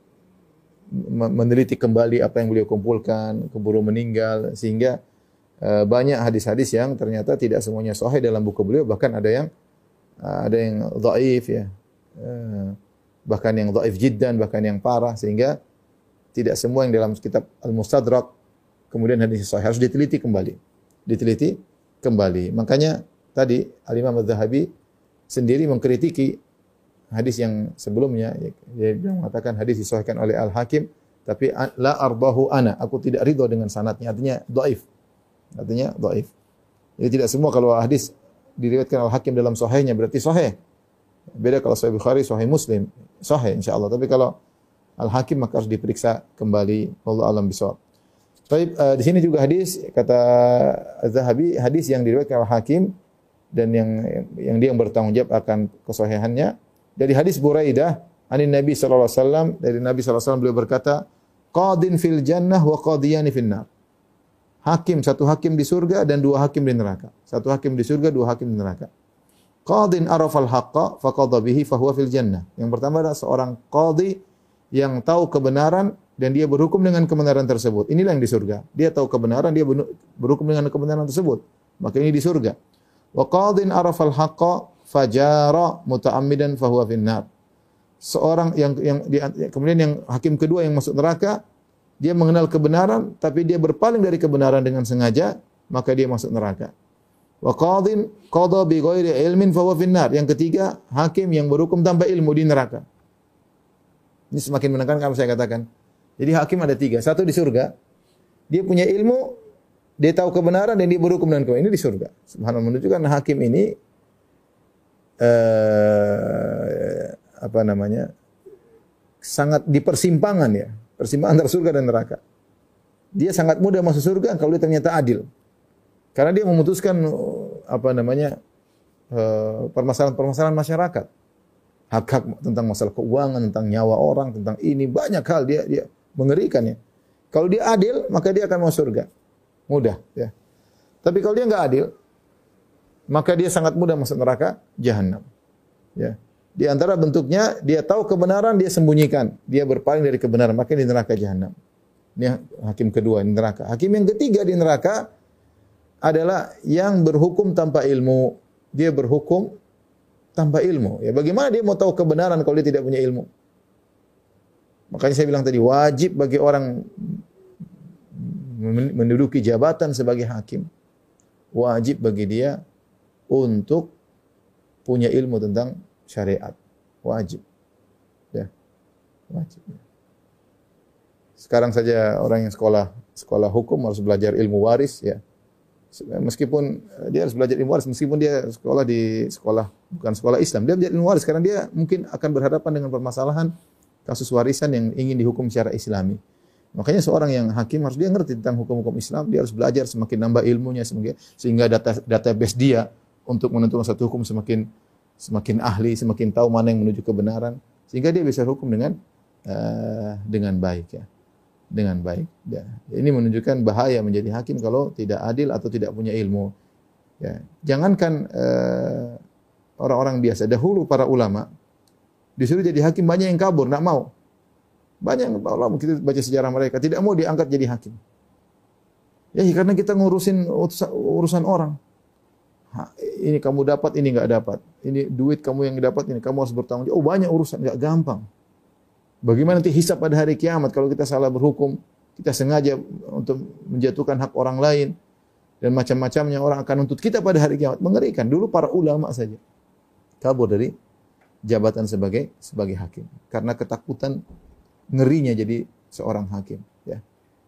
meneliti kembali apa yang beliau kumpulkan, keburu meninggal, sehingga uh, banyak hadis-hadis yang ternyata tidak semuanya sahih dalam buku beliau, bahkan ada yang uh, ada yang dhaif, ya. Uh, bahkan yang dhaif jiddan, bahkan yang parah, sehingga tidak semua yang dalam kitab Al-Mustadrak kemudian hadis sahih, harus diteliti kembali. Diteliti kembali. Makanya tadi Al-Imam Al-Zahabi sendiri mengkritiki hadis yang sebelumnya, dia mengatakan hadis disahihkan oleh Al-Hakim, tapi la ardahu ana, aku tidak ridho dengan sanadnya, artinya dhaif. Artinya dhaif. Jadi tidak semua kalau hadis diriwayatkan Al-Hakim dalam sahihnya berarti sahih. Beda kalau Sahih Bukhari, Sahih Muslim, sahih insyaallah. Tapi kalau Al-Hakim maka harus diperiksa kembali. Wallahu a'lam bishawab. Baik, uh, di sini juga hadis kata Az-Zahabi, hadis yang diriwayatkan Al-Hakim dan yang yang dia yang bertanggung jawab akan kesahihannya dari hadis Buraidah anin Nabi sallallahu alaihi wasallam, dari Nabi sallallahu alaihi wasallam beliau berkata, qadin fil jannah wa qadiyani fin nar. Hakim, satu hakim di surga dan dua hakim di neraka. Satu hakim di surga, dua hakim di neraka. Qadin arafal haqqa faqadha bihi fahuwa fil jannah. Yang pertama adalah seorang qadhi yang tahu kebenaran dan dia berhukum dengan kebenaran tersebut. Inilah yang di surga. Dia tahu kebenaran, dia berhukum dengan kebenaran tersebut. Maka ini di surga. Wa qadin arafal haqqa fajara muta'ammidan fahuwa fin nar. Seorang yang yang di, kemudian yang hakim kedua yang masuk neraka, dia mengenal kebenaran tapi dia berpaling dari kebenaran dengan sengaja, maka dia masuk neraka. Wa qadin qada bi ghairi ilmin fa huwa finnar. Yang ketiga, hakim yang berhukum tanpa ilmu di neraka. Ini semakin menekankan apa saya katakan. Jadi hakim ada tiga. Satu di surga, dia punya ilmu, dia tahu kebenaran dan dia berhukum dengan kebenaran. Ini di surga. Subhanallah, menunjukkan hakim ini uh, apa namanya? sangat di persimpangan ya, persimpangan antara surga dan neraka. Dia sangat mudah masuk surga kalau dia ternyata adil. Karena dia memutuskan apa namanya permasalahan-permasalahan masyarakat. Hak-hak tentang masalah keuangan, tentang nyawa orang, tentang ini banyak hal dia dia mengerikan ya. Kalau dia adil, maka dia akan masuk surga. Mudah ya. Tapi kalau dia enggak adil, maka dia sangat mudah masuk neraka jahanam. Ya. Di antara bentuknya dia tahu kebenaran, dia sembunyikan, dia berpaling dari kebenaran, maka di neraka jahanam. Ini hakim kedua di neraka. Hakim yang ketiga di neraka adalah yang berhukum tanpa ilmu. Dia berhukum tanpa ilmu. Ya, bagaimana dia mau tahu kebenaran kalau dia tidak punya ilmu? Makanya saya bilang tadi, wajib bagi orang menduduki jabatan sebagai hakim, wajib bagi dia untuk punya ilmu tentang syariat. Wajib. Ya. Wajib. Sekarang saja orang yang sekolah sekolah hukum harus belajar ilmu waris ya. Meskipun dia harus belajar ilmu waris, meskipun dia sekolah di sekolah bukan sekolah Islam, dia belajar ilmu waris karena dia mungkin akan berhadapan dengan permasalahan kasus warisan yang ingin dihukum secara Islami. Makanya seorang yang hakim harus dia ngerti tentang hukum-hukum Islam, dia harus belajar semakin nambah ilmunya semakin, sehingga data database dia untuk menentukan satu hukum semakin semakin ahli, semakin tahu mana yang menuju kebenaran, sehingga dia bisa hukum dengan uh, dengan baik ya. Dengan baik. Ya. Ini menunjukkan bahaya menjadi hakim kalau tidak adil atau tidak punya ilmu. Ya. Jangankan uh, orang-orang biasa, dahulu para ulama disuruh jadi hakim banyak yang kabur, tidak mau. Banyak yang ulama kita baca sejarah mereka tidak mau diangkat jadi hakim. Ya karena kita ngurusin urusan orang. Ha, ini kamu dapat, ini enggak dapat. Ini duit kamu yang dapat, ini kamu harus bertanggung jawab. Oh banyak urusan, enggak gampang. Bagaimana nanti hisab pada hari kiamat kalau kita salah berhukum, kita sengaja untuk menjatuhkan hak orang lain dan macam-macamnya orang akan nuntut kita pada hari kiamat. Mengerikan. Dulu para ulama saja kabur dari jabatan sebagai sebagai hakim karena ketakutan ngerinya jadi seorang hakim ya.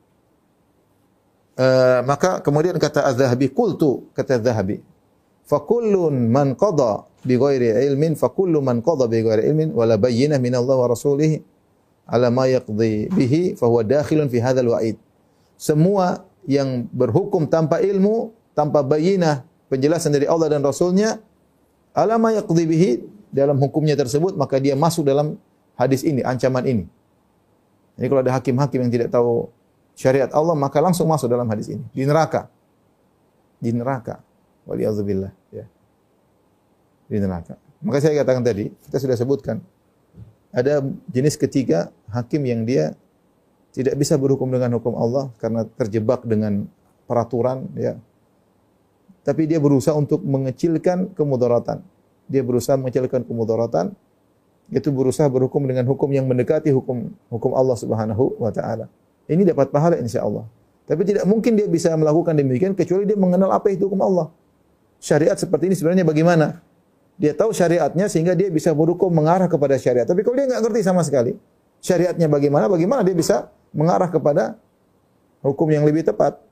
Uh, maka kemudian kata Az-Zahabi, qultu kata Az-Zahabi, fa kullun man qada bi ghairi ilmin fa kullu man qada bi ghairi ilmin wala bayyinah min Allah wa rasulih ala ma yaqdi bihi fa huwa dakhilun fi hadzal wa'id. Semua yang berhukum tanpa ilmu, tanpa bayinah penjelasan dari Allah dan Rasulnya, ala ma yaqdi bihi, dalam hukumnya tersebut, maka dia masuk dalam hadis ini, ancaman ini. Jadi kalau ada hakim-hakim yang tidak tahu syariat Allah, maka langsung masuk dalam hadis ini. Di neraka. Di neraka. Waliyadzubillah. Ya. Di neraka. Maka saya katakan tadi, kita sudah sebutkan, ada jenis ketiga, hakim yang dia tidak bisa berhukum dengan hukum Allah karena terjebak dengan peraturan. Ya. Tapi dia berusaha untuk mengecilkan kemudaratan. Dia berusaha mengecilkan kemudaratan, yaitu berusaha berhukum dengan hukum yang mendekati hukum hukum Allah Subhanahu wa taala. Ini dapat pahala insyaallah. Tapi tidak mungkin dia bisa melakukan demikian kecuali dia mengenal apa itu hukum Allah. Syariat seperti ini sebenarnya bagaimana? Dia tahu syariatnya sehingga dia bisa berhukum mengarah kepada syariat. Tapi kalau dia enggak ngerti sama sekali syariatnya bagaimana, bagaimana dia bisa mengarah kepada hukum yang lebih tepat?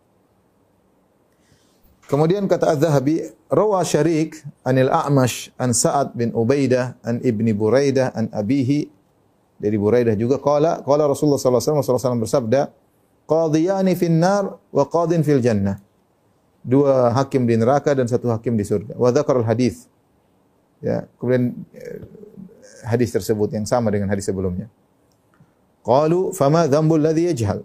Kemudian kata Az-Zahabi, rawa Syarik anil A'mash an Sa'ad bin Ubaidah an Ibni Buraidah an abihi, dari Buraidah juga qala qala Rasulullah sallallahu alaihi wasallam bersabda, qadiyani fin nar wa qadin fil jannah. Dua hakim di neraka dan satu hakim di surga. Wa dzakara al-hadis. Ya, kemudian hadis tersebut yang sama dengan hadis sebelumnya. Qalu fama dzambul ladzi yajhal.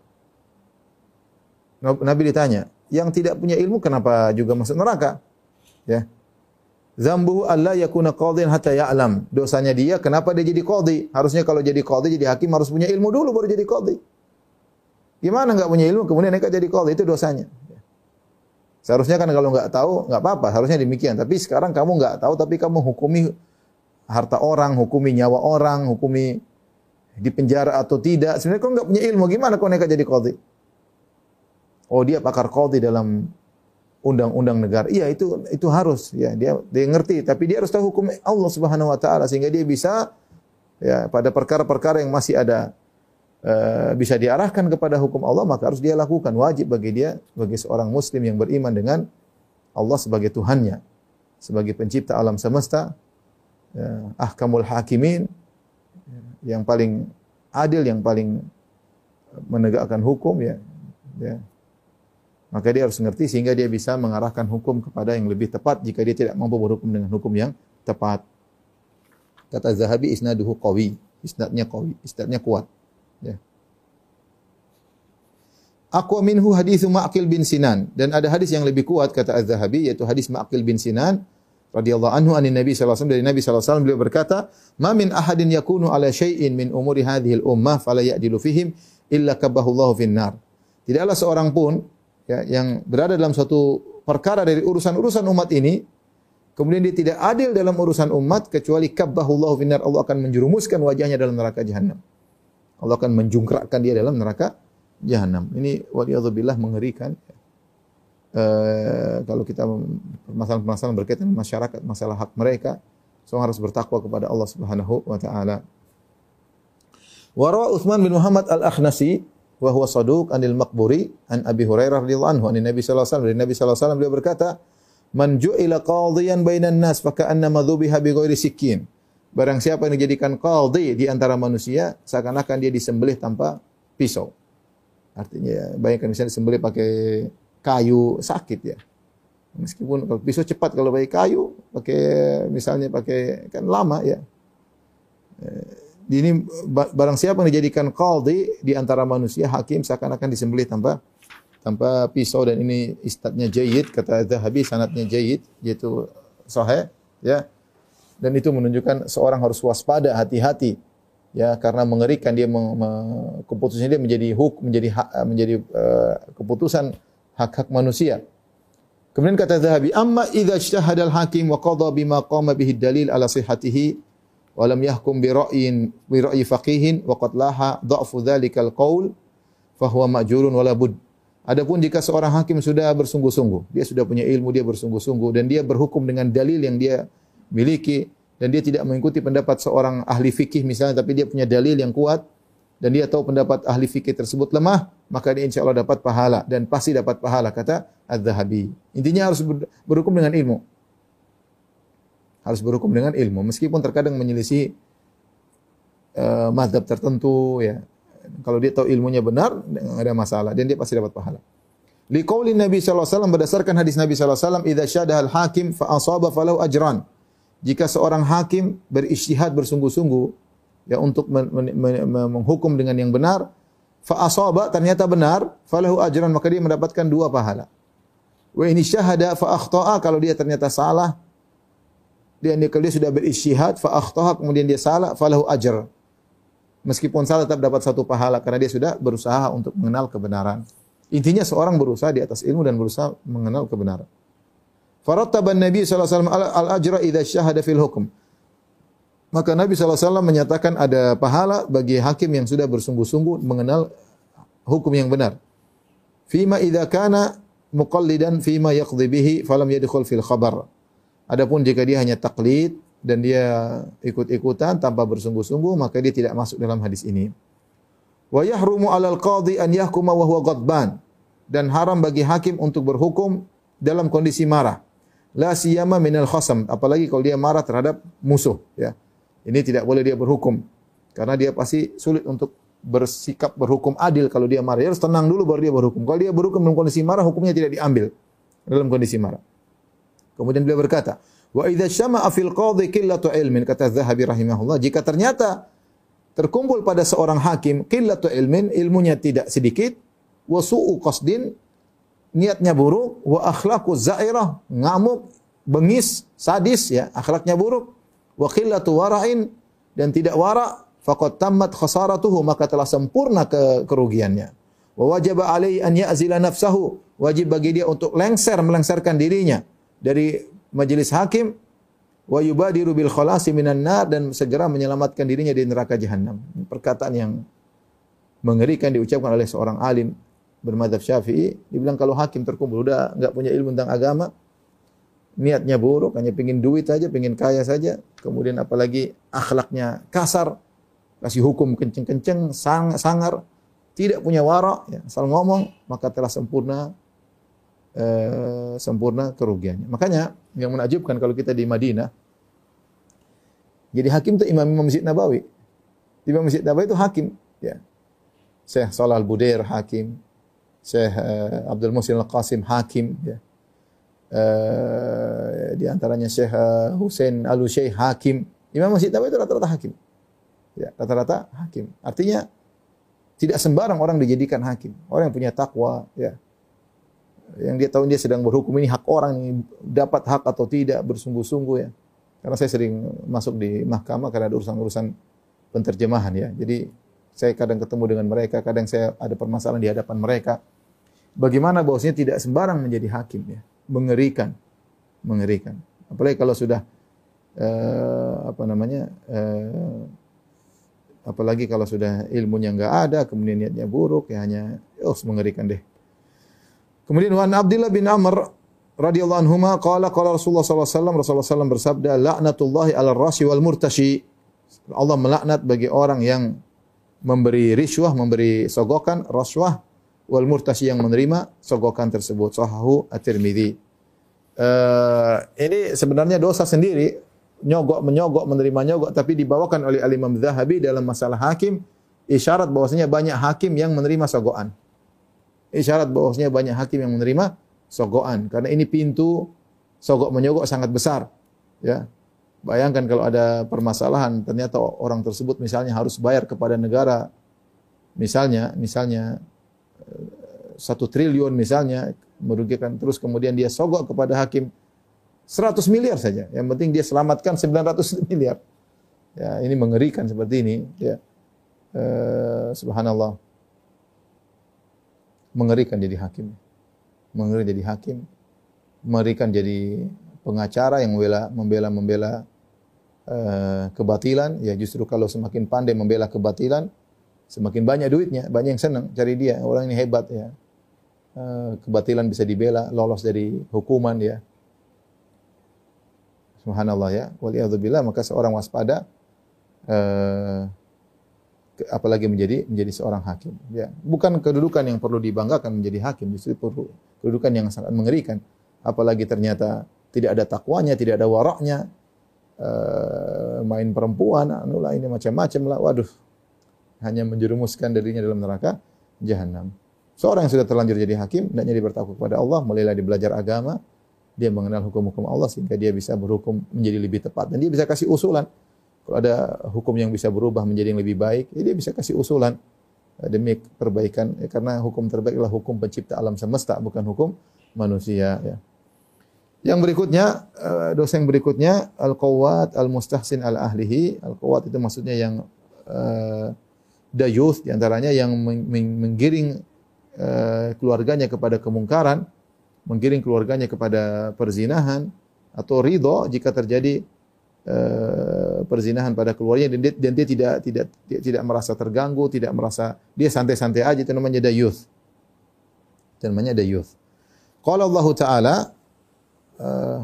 Nabi ditanya, yang tidak punya ilmu kenapa juga masuk neraka? Ya. Zambuhu alla yakuna qadhin hatta ya'lam. Dosanya dia kenapa dia jadi qadhi? Harusnya kalau jadi qadhi, jadi hakim harus punya ilmu dulu baru jadi qadhi. Gimana enggak punya ilmu kemudian nekat jadi qadhi, itu dosanya. Seharusnya kan kalau enggak tahu enggak apa-apa, harusnya demikian. Tapi sekarang kamu enggak tahu tapi kamu hukumi harta orang, hukumi nyawa orang, hukumi di penjara atau tidak. Sebenarnya kau enggak punya ilmu, gimana kau nekat jadi qadhi? Oh dia pakar qadhi dalam undang-undang negara. Iya itu itu harus ya dia dia ngerti tapi dia harus tahu hukum Allah Subhanahu wa taala sehingga dia bisa ya pada perkara-perkara yang masih ada uh, bisa diarahkan kepada hukum Allah maka harus dia lakukan. Wajib bagi dia bagi seorang muslim yang beriman dengan Allah sebagai Tuhannya, sebagai pencipta alam semesta, ya, ahkamul hakimin, yang paling adil, yang paling menegakkan hukum ya, ya. Maka dia harus mengerti sehingga dia bisa mengarahkan hukum kepada yang lebih tepat jika dia tidak mampu berhukum dengan hukum yang tepat. Kata Zahabi, isnaduhu qawi, isnadnya qawi, isnadnya kuat. Ya. Aqwa minhu hadithu Ma'qil bin Sinan, dan ada hadis yang lebih kuat kata Az-Zahabi, yaitu hadis Ma'qil bin Sinan radhiyallahu anhu anin Nabi sallallahu alaihi wasallam, dari Nabi sallallahu alaihi wasallam beliau berkata, "Ma min ahadin yakunu ala syai'in min umuri hadhil ummah fala ya'dilu fihim illa kabahullahu finnar." Tidaklah seorang pun ya, yang berada dalam suatu perkara dari urusan-urusan umat ini, kemudian dia tidak adil dalam urusan umat, kecuali kabbahullahu finnar, Allah akan menjerumuskan wajahnya dalam neraka jahanam. Allah akan menjungkrakkan dia dalam neraka jahanam. Ini waliyadzubillah mengerikan. Uh, kalau kita permasalahan-permasalahan berkaitan dengan masyarakat, masalah hak mereka, semua harus bertakwa kepada Allah Subhanahu wa taala. Wa rawa Utsman bin Muhammad al-Akhnasi wa huwa saduq anil Maqburi an Abi Hurairah radhiyallahu anhu an Nabi sallallahu alaihi wasallam, dari Nabi sallallahu alaihi wasallam beliau berkata, "Man ju'ila qadhiyan bainan nas fa ka'annama dhubiha bi ghairi sikkin." Barang siapa yang dijadikan qadhi di antara manusia, seakan-akan dia disembelih tanpa pisau. Artinya bayangkan misalnya disembelih pakai kayu, sakit ya. Meskipun kalau pisau cepat, kalau pakai kayu, pakai misalnya pakai kan lama ya. Ini barang siapa yang dijadikan qadhi di antara manusia, hakim, seakan-akan disembelih tanpa tanpa pisau, dan ini isnadnya jayyid kata Zahabi, sanadnya jayyid, yaitu sahih ya. Dan itu menunjukkan seorang harus waspada, hati-hati ya, karena mengerikan dia me, me, keputusannya dia menjadi huk menjadi hak, menjadi uh, keputusan hak-hak manusia. Kemudian kata Zahabi, amma idza ijtahada al-hakim wa qada bima qama bihi dalil ala sihhatihi wa lam yahkum bi ra'yin bi ra'yi faqihin wa qad laha dha'fu dzalikal qaul fa huwa ma'jurun wala bud. Adapun jika seorang hakim sudah bersungguh-sungguh, dia sudah punya ilmu, dia bersungguh-sungguh, dan dia berhukum dengan dalil yang dia miliki, dan dia tidak mengikuti pendapat seorang ahli fikih misalnya, tapi dia punya dalil yang kuat, dan dia tahu pendapat ahli fikih tersebut lemah, maka dia insya Allah dapat pahala, dan pasti dapat pahala, kata Az-Zahabi. Intinya harus berhukum dengan ilmu. Harus berhukum dengan ilmu, meskipun terkadang menyelisih uh, mazhab tertentu ya. Kalau dia tahu ilmunya benar, enggak ada masalah, dan dia pasti dapat pahala. Liqauli Nabi sallallahu alaihi wasallam, berdasarkan hadis Nabi sallallahu alaihi wasallam, idza syadahal hakim fa asaba falahu ajran. Jika seorang hakim berijtihad bersungguh-sungguh ya untuk men, men, men, menghukum dengan yang benar, fa asaba, ternyata benar, falahu ajran, maka dia mendapatkan dua pahala. Wa in syahada fa akhta'a, kalau dia ternyata salah, dia kalau dia sudah berijtihad fa akhta'a, kemudian dia salah, falahu ajr. Meskipun salah tetap dapat satu pahala karena dia sudah berusaha untuk mengenal kebenaran. Intinya seorang berusaha di atas ilmu dan berusaha mengenal kebenaran. Farattaban Nabi sallallahu alaihi wasallam al-ajra idza syahada fil hukm. Maka Nabi sallallahu alaihi wasallam menyatakan ada pahala bagi hakim yang sudah bersungguh-sungguh mengenal hukum yang benar. Fima idza kana muqallidan fima yaqdi bihi falam yadkhul fil khabar. Adapun jika dia hanya taklid dan dia ikut-ikutan tanpa bersungguh-sungguh, maka dia tidak masuk dalam hadis ini. Wa yahrumu 'alal qadhi an yahkuma wa huwa ghadban. Dan haram bagi hakim untuk berhukum dalam kondisi marah. La siyama minal khasam, apalagi kalau dia marah terhadap musuh ya. Ini tidak boleh dia berhukum karena dia pasti sulit untuk bersikap berhukum adil kalau dia marah. Dia harus tenang dulu baru dia berhukum. Kalau dia berhukum dalam kondisi marah, hukumnya tidak diambil dalam kondisi marah. Kemudian beliau berkata, wa idza syama'a fil qadhi qillatu ilmin, kata Zahabi rahimahullah, jika ternyata terkumpul pada seorang hakim qillatu ilmin, ilmunya tidak sedikit, wa su'u qasdin, niatnya buruk, wa akhlaqu za'irah, ngamuk, bengis, sadis ya, akhlaknya buruk, wa qillatu wara'in, dan tidak wara', faqad tammat khasaratuhu, maka telah sempurna ke kerugiannya. Wa wajaba alaihi an ya'zila nafsahu, wajib bagi dia untuk lengser, melengsarkan dirinya dari majelis hakim, wa yubadiru bil khalasi minan nar, dan segera menyelamatkan dirinya dari neraka jahanam. Perkataan yang mengerikan diucapkan oleh seorang alim bermadzhab Syafi'i. Dibilang kalau hakim terkumpul udah enggak punya ilmu tentang agama, niatnya buruk, hanya pengin duit saja, pengin kaya saja, kemudian apalagi akhlaknya kasar, kasih hukum kenceng-kenceng, sang, sangar, tidak punya wara, ya, asal ngomong, maka telah sempurna Uh, sempurna kerugiannya. Makanya yang menakjubkan kalau kita di Madinah, jadi hakim itu imam-imam Masjid Nabawi. Imam Masjid Nabawi itu hakim. Ya. Syekh Shalal Al-Budair hakim, Syekh uh, Abdul Muhsin Al-Qasim hakim, ya. Uh, di antaranya Syekh uh, Husain Al-Utsyaikh hakim. Imam Masjid Nabawi itu rata-rata hakim. Ya, rata-rata hakim. Artinya tidak sembarang orang dijadikan hakim. Orang yang punya takwa, ya. Yang dia tahu dia sedang berhukum ini hak orang ini dapat hak atau tidak bersungguh-sungguh, ya. Karena saya sering masuk di mahkamah karena ada urusan-urusan penterjemahan, ya. Jadi saya kadang ketemu dengan mereka, kadang saya ada permasalahan di hadapan mereka. Bagaimana bahwasanya tidak sembarang menjadi hakim, ya. Mengerikan. Mengerikan. Apalagi kalau sudah uh, apa namanya? Uh, apalagi kalau sudah ilmunya enggak ada, kemudian niatnya buruk, ya hanya oh mengerikan deh. Kemudian Wan Abdullah bin Amr radhiyallahu anhuma qala qala Rasulullah sallallahu alaihi wasallam, Rasulullah sallallahu alaihi wasallam bersabda, "Laknatullahi 'alal rashi wal murtashi." Allah melaknat bagi orang yang memberi riswah, memberi sogokan, raswah, wal murtashi yang menerima sogokan tersebut. Sahahu At-Tirmidzi. Uh, ini sebenarnya dosa sendiri, nyogok menyogok, menerima nyogok, tapi dibawakan oleh Al-Imam Dzahabi dalam masalah hakim, isyarat bahwasanya banyak hakim yang menerima sogokan. Isyarat bahwasanya banyak hakim yang menerima sogokan, karena ini pintu sogok menyogok sangat besar, ya. Bayangkan kalau ada permasalahan, ternyata orang tersebut misalnya harus bayar kepada negara, misalnya, misalnya satu triliun misalnya, merugikan, terus kemudian dia sogok kepada hakim seratus miliar saja, yang penting dia selamatkan sembilan ratus miliar. Ya, ini mengerikan seperti ini, ya. Uh, subhanallah. Mengerikan jadi hakim. Mengerikan jadi hakim. Mengerikan jadi pengacara yang membela membela membela uh, kebatilan. Ya, justru kalau semakin pandai membela kebatilan, semakin banyak duitnya, banyak yang senang cari dia. Orang ini hebat, ya. Uh, kebatilan bisa dibela, lolos dari hukuman, ya. Subhanallah, ya. Waliyadzubillah, maka seorang waspada, uh, apalagi menjadi menjadi seorang hakim, ya. Bukan kedudukan yang perlu dibanggakan menjadi hakim, justru perlu kedudukan yang sangat mengerikan. Apalagi ternyata tidak ada takwanya, tidak ada waraknya, uh, main perempuan, anulah ini macam-macam lah. Waduh, hanya menjerumuskan dirinya dalam neraka jahanam. Seorang yang sudah terlanjur jadi hakim, hendaknya dia bertakwa kepada Allah, mulailah dia belajar agama, dia mengenal hukum-hukum Allah sehingga dia bisa berhukum menjadi lebih tepat, dan dia bisa kasih usulan. Kalau ada hukum yang bisa berubah menjadi yang lebih baik, ya dia bisa kasih usulan demi perbaikan, ya, karena hukum terbaik adalah hukum pencipta alam semesta, bukan hukum manusia, ya. Yang berikutnya, dosa yang berikutnya, al-qawwat al-mustahsin al-ahlihi. Al-qawwat itu maksudnya yang uh, dayuth, diantaranya yang menggiring uh, keluarganya kepada kemungkaran, menggiring keluarganya kepada perzinahan, atau ridho jika terjadi Uh, perzinahan pada keluarganya, dan dia, dan dia tidak tidak dia tidak merasa terganggu, tidak merasa, dia santai-santai aja, itu namanya dayuth. Itu namanya dayuth. Qala Allah Ta'ala, uh,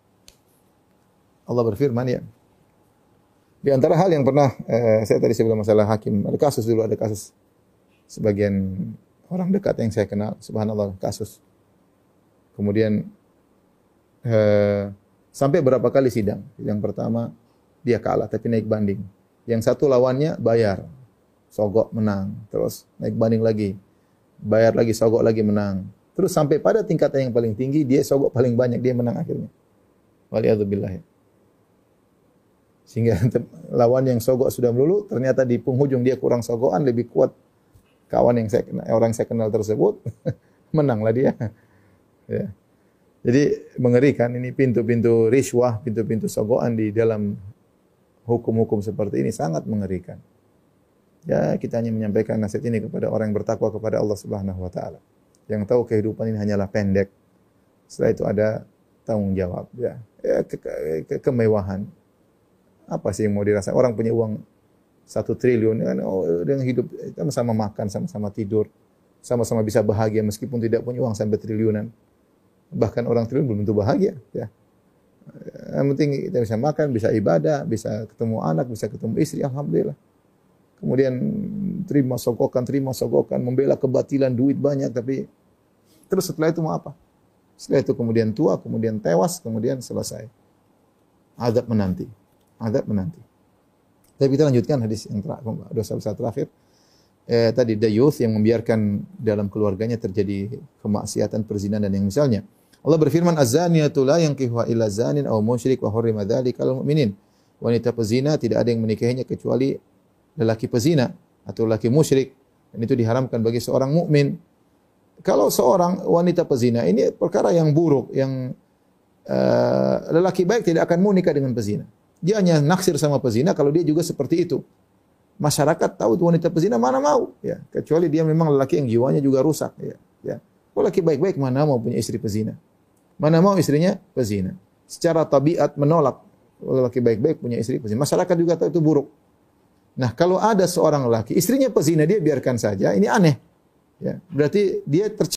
Allah berfirman, ya. Di antara hal yang pernah uh, saya tadi sebelum masalah hakim, ada kasus dulu, ada kasus sebagian orang dekat yang saya kenal, subhanallah, kasus. Kemudian uh, sampai berapa kali sidang. Yang pertama dia kalah tapi naik banding. Yang satu lawannya bayar, sogok menang. Terus naik banding lagi, bayar lagi, sogok lagi, menang. Terus sampai pada tingkatan yang paling tinggi, dia sogok paling banyak, dia menang akhirnya. Waliyadzubillah. Sehingga lawan yang sogok sudah melulu, ternyata di penghujung dia kurang sogokan, lebih kuat kawan yang saya kenal, orang yang saya kenal tersebut, menanglah dia. Ya. Jadi mengerikan, ini pintu-pintu riswah, pintu-pintu sogokan di dalam hukum-hukum seperti ini sangat mengerikan. Ya, kita hanya menyampaikan nasihat ini kepada orang yang bertakwa kepada Allah Subhanahu wa taala. Yang tahu kehidupan ini hanyalah pendek. Setelah itu ada tanggung jawab, ya. Ya ke ke kemewahan. Apa sih yang mau dirasa? Orang punya uang satu triliun, kan, oh, dengan hidup sama-sama makan, sama-sama tidur, sama-sama bisa bahagia meskipun tidak punya uang sampai triliunan. Bahkan orang triliun belum tentu bahagia, ya. Yang penting kita bisa makan, bisa ibadah, bisa ketemu anak, bisa ketemu istri, alhamdulillah. Kemudian terima sogokan, terima sogokan, membela kebatilan, duit banyak, tapi terus setelah itu mau apa? Setelah itu kemudian tua, kemudian tewas, kemudian selesai. Azab menanti, azab menanti. Tapi kita lanjutkan hadis yang terakhir, dosa besar terakhir. eh, tadi dayuth yang membiarkan dalam keluarganya terjadi kemaksiatan, perzinahan dan yang misalnya. Allah berfirman, "Az-zaniyatu la yankihuha illa zanin aw musyrik wa hurrima dzalika 'alal mu'minin." Wanita pezina tidak ada yang menikahinya kecuali lelaki pezina atau lelaki musyrik, dan itu diharamkan bagi seorang mukmin. Kalau seorang wanita pezina ini perkara yang buruk, yang uh, lelaki baik tidak akan mau nikah dengan pezina. Dia hanya naksir sama pezina kalau dia juga seperti itu. Masyarakat tahu wanita pezina mana mau, ya, kecuali dia memang lelaki yang jiwanya juga rusak, ya, ya. Lelaki baik-baik mana mau punya istri pezina? Mana mau istrinya pezina? Secara tabiat menolak lelaki baik-baik punya istri pezina. Masyarakat juga tahu itu buruk. Nah, kalau ada seorang lelaki istrinya pezina, dia biarkan saja, ini aneh. Ya, berarti dia tercela